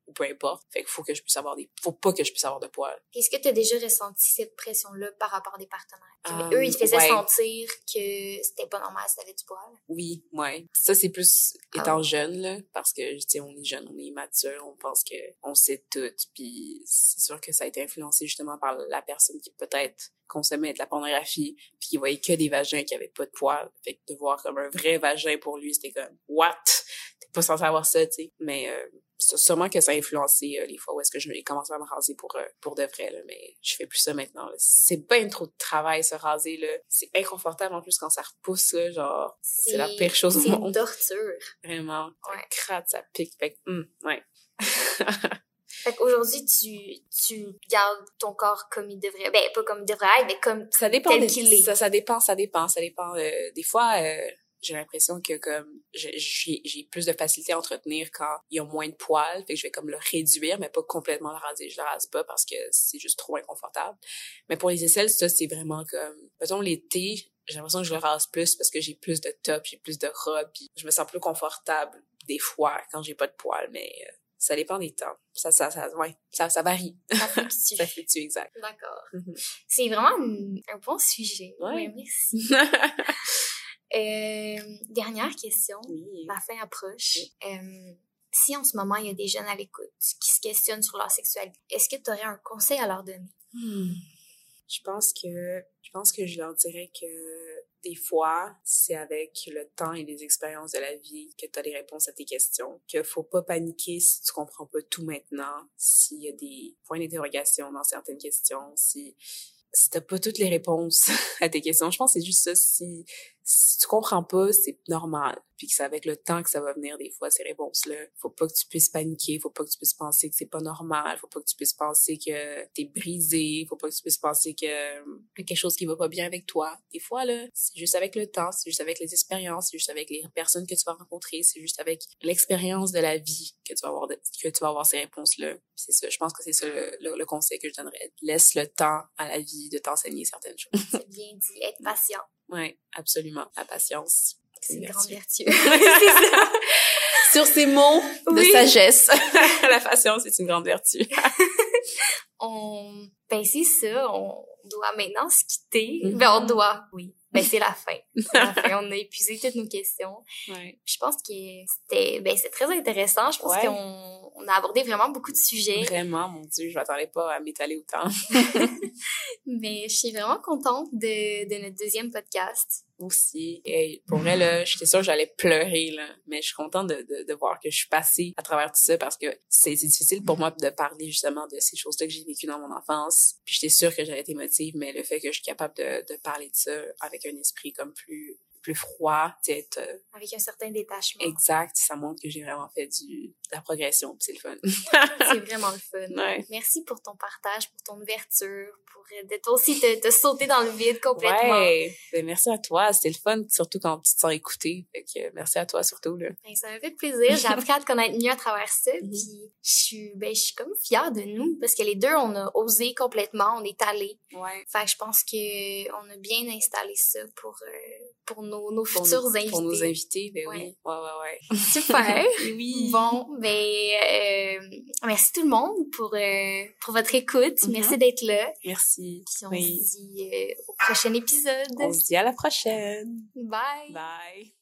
ou peu importe. Fait qu'il faut que je puisse avoir des, faut pas que je puisse avoir de poils. Est-ce que tu as déjà ressenti cette pression-là par rapport à des partenaires? Um, eux, ils te faisaient ouais. sentir que c'était pas normal si t'avais du poil? Oui, ouais. Ça, c'est plus étant Ah. jeune, là, parce que, tu sais, on est jeune, on est immature, on pense que on sait tout, puis c'est sûr que ça a été influencé justement par la personne qui peut-être consommait de la pornographie, puis qui voyait que des vagins qui avaient pas de poils. Fait que de voir comme un vrai vagin pour lui, c'était comme « What? T'es pas censé avoir ça, tu sais. » Mais euh, sûrement que ça a influencé euh, les fois où est-ce que j'ai commencé à me raser pour euh, pour de vrai, là. Mais je fais plus ça maintenant, là. C'est bien trop de travail, se raser, là. C'est inconfortable en plus quand ça repousse, là. Genre, c'est, c'est la pire chose au monde. C'est une torture. Vraiment. Ouais. Ça gratte, ça pique. Fait que, hum, ouais. Fait qu'aujourd'hui, tu, tu gardes ton corps comme il devrait. Ben, pas comme il devrait être, mais comme ça dépend tel de, qu'il est. Ça, ça dépend, ça dépend, ça dépend. Euh, des fois, euh, j'ai l'impression que comme j'ai, j'ai plus de facilité à entretenir quand il y a moins de poils. Fait que je vais comme le réduire, mais pas complètement le raser. Je le rase pas parce que c'est juste trop inconfortable. Mais pour les aisselles, ça, c'est vraiment comme... Mettons, l'été, j'ai l'impression que je le rase plus parce que j'ai plus de top, j'ai plus de robe, puis je me sens plus confortable des fois quand j'ai pas de poils, mais... Euh, ça dépend des temps. Ça, ça, ça, ouais, ça, ça varie. Ça fluctue. Ça fluctue, exact. D'accord. Mm-hmm. C'est vraiment un, un bon sujet. Ouais. Ouais, merci. euh, dernière question. Oui. La fin approche. Oui. Euh, si en ce moment, il y a des jeunes à l'écoute qui se questionnent sur leur sexualité, est-ce que tu aurais un conseil à leur donner? Hmm. Je pense que, je pense que je leur dirais que des fois, c'est avec le temps et les expériences de la vie que tu as les réponses à tes questions. Qu'il faut pas paniquer si tu comprends pas tout maintenant, s'il y a des points d'interrogation dans certaines questions, si, si t'as pas toutes les réponses à tes questions. Je pense que c'est juste ça. Si, si tu comprends pas, c'est normal. Puis que c'est avec le temps que ça va venir des fois, ces réponses-là. Faut pas que tu puisses paniquer, faut pas que tu puisses penser que c'est pas normal, faut pas que tu puisses penser que t'es brisé, faut pas que tu puisses penser que y a quelque chose qui va pas bien avec toi. Des fois, là, c'est juste avec le temps, c'est juste avec les expériences, c'est juste avec les personnes que tu vas rencontrer, c'est juste avec l'expérience de la vie que tu vas avoir, de, que tu vas avoir ces réponses-là. Puis c'est ça, je pense que c'est ça le, le, le conseil que je donnerais. Laisse le temps à la vie de t'enseigner certaines choses. C'est bien dit, être patient. Ouais, absolument. La patience. C'est une grande vertu. C'est ça. Sur ces mots de oui. sagesse, la patience est une grande vertu. on, ben c'est ça, on doit maintenant se quitter. Mm-hmm. Ben on doit, oui. Ben c'est la fin. C'est la fin. On a épuisé toutes nos questions. Ouais. Je pense que c'était, ben c'est très intéressant. Je pense ouais. qu'on on a abordé vraiment beaucoup de sujets. Vraiment, mon Dieu, je m'attendais pas à m'étaler autant. Mais je suis vraiment contente de, de notre deuxième podcast. Aussi. Et pour vrai, là, j'étais sûre que j'allais pleurer, là. Mais je suis contente de, de, de voir que je suis passée à travers tout ça parce que c'est, c'est difficile pour moi de parler justement de ces choses-là que j'ai vécues dans mon enfance. Puis j'étais sûre que j'allais être émotive, mais le fait que je suis capable de, de parler de ça avec un esprit comme plus, plus froid, d'être... Euh, avec un certain détachement. Exact. Ça montre que j'ai vraiment fait du, de la progression, puis c'est le fun. C'est vraiment le fun. Ouais. Merci pour ton partage, pour ton ouverture, pour d'être aussi te, te sauter dans le vide complètement. Ouais. Ben, merci à toi. C'était le fun, surtout quand tu te sens écouté. Fait que merci à toi surtout, là. Ben, ça m'a fait plaisir. J'ai appris à te connaître mieux à travers ça. Mm-hmm. Puis je suis, ben, je suis comme fière de nous parce que les deux, on a osé complètement, on est allés. Ouais. Fait que je pense que on a bien installé ça pour, euh, pour nos, nos pour futurs nous, invités. Pour nos invités, ben ouais. oui. Ouais, ouais, ouais. Super. Oui. Bon, ben, euh, merci tout le monde pour, euh, pour votre écoute. Mm-hmm. Merci d'être là. Merci. Puis on oui. se dit euh, au prochain épisode. On se dit à la prochaine. Bye. Bye.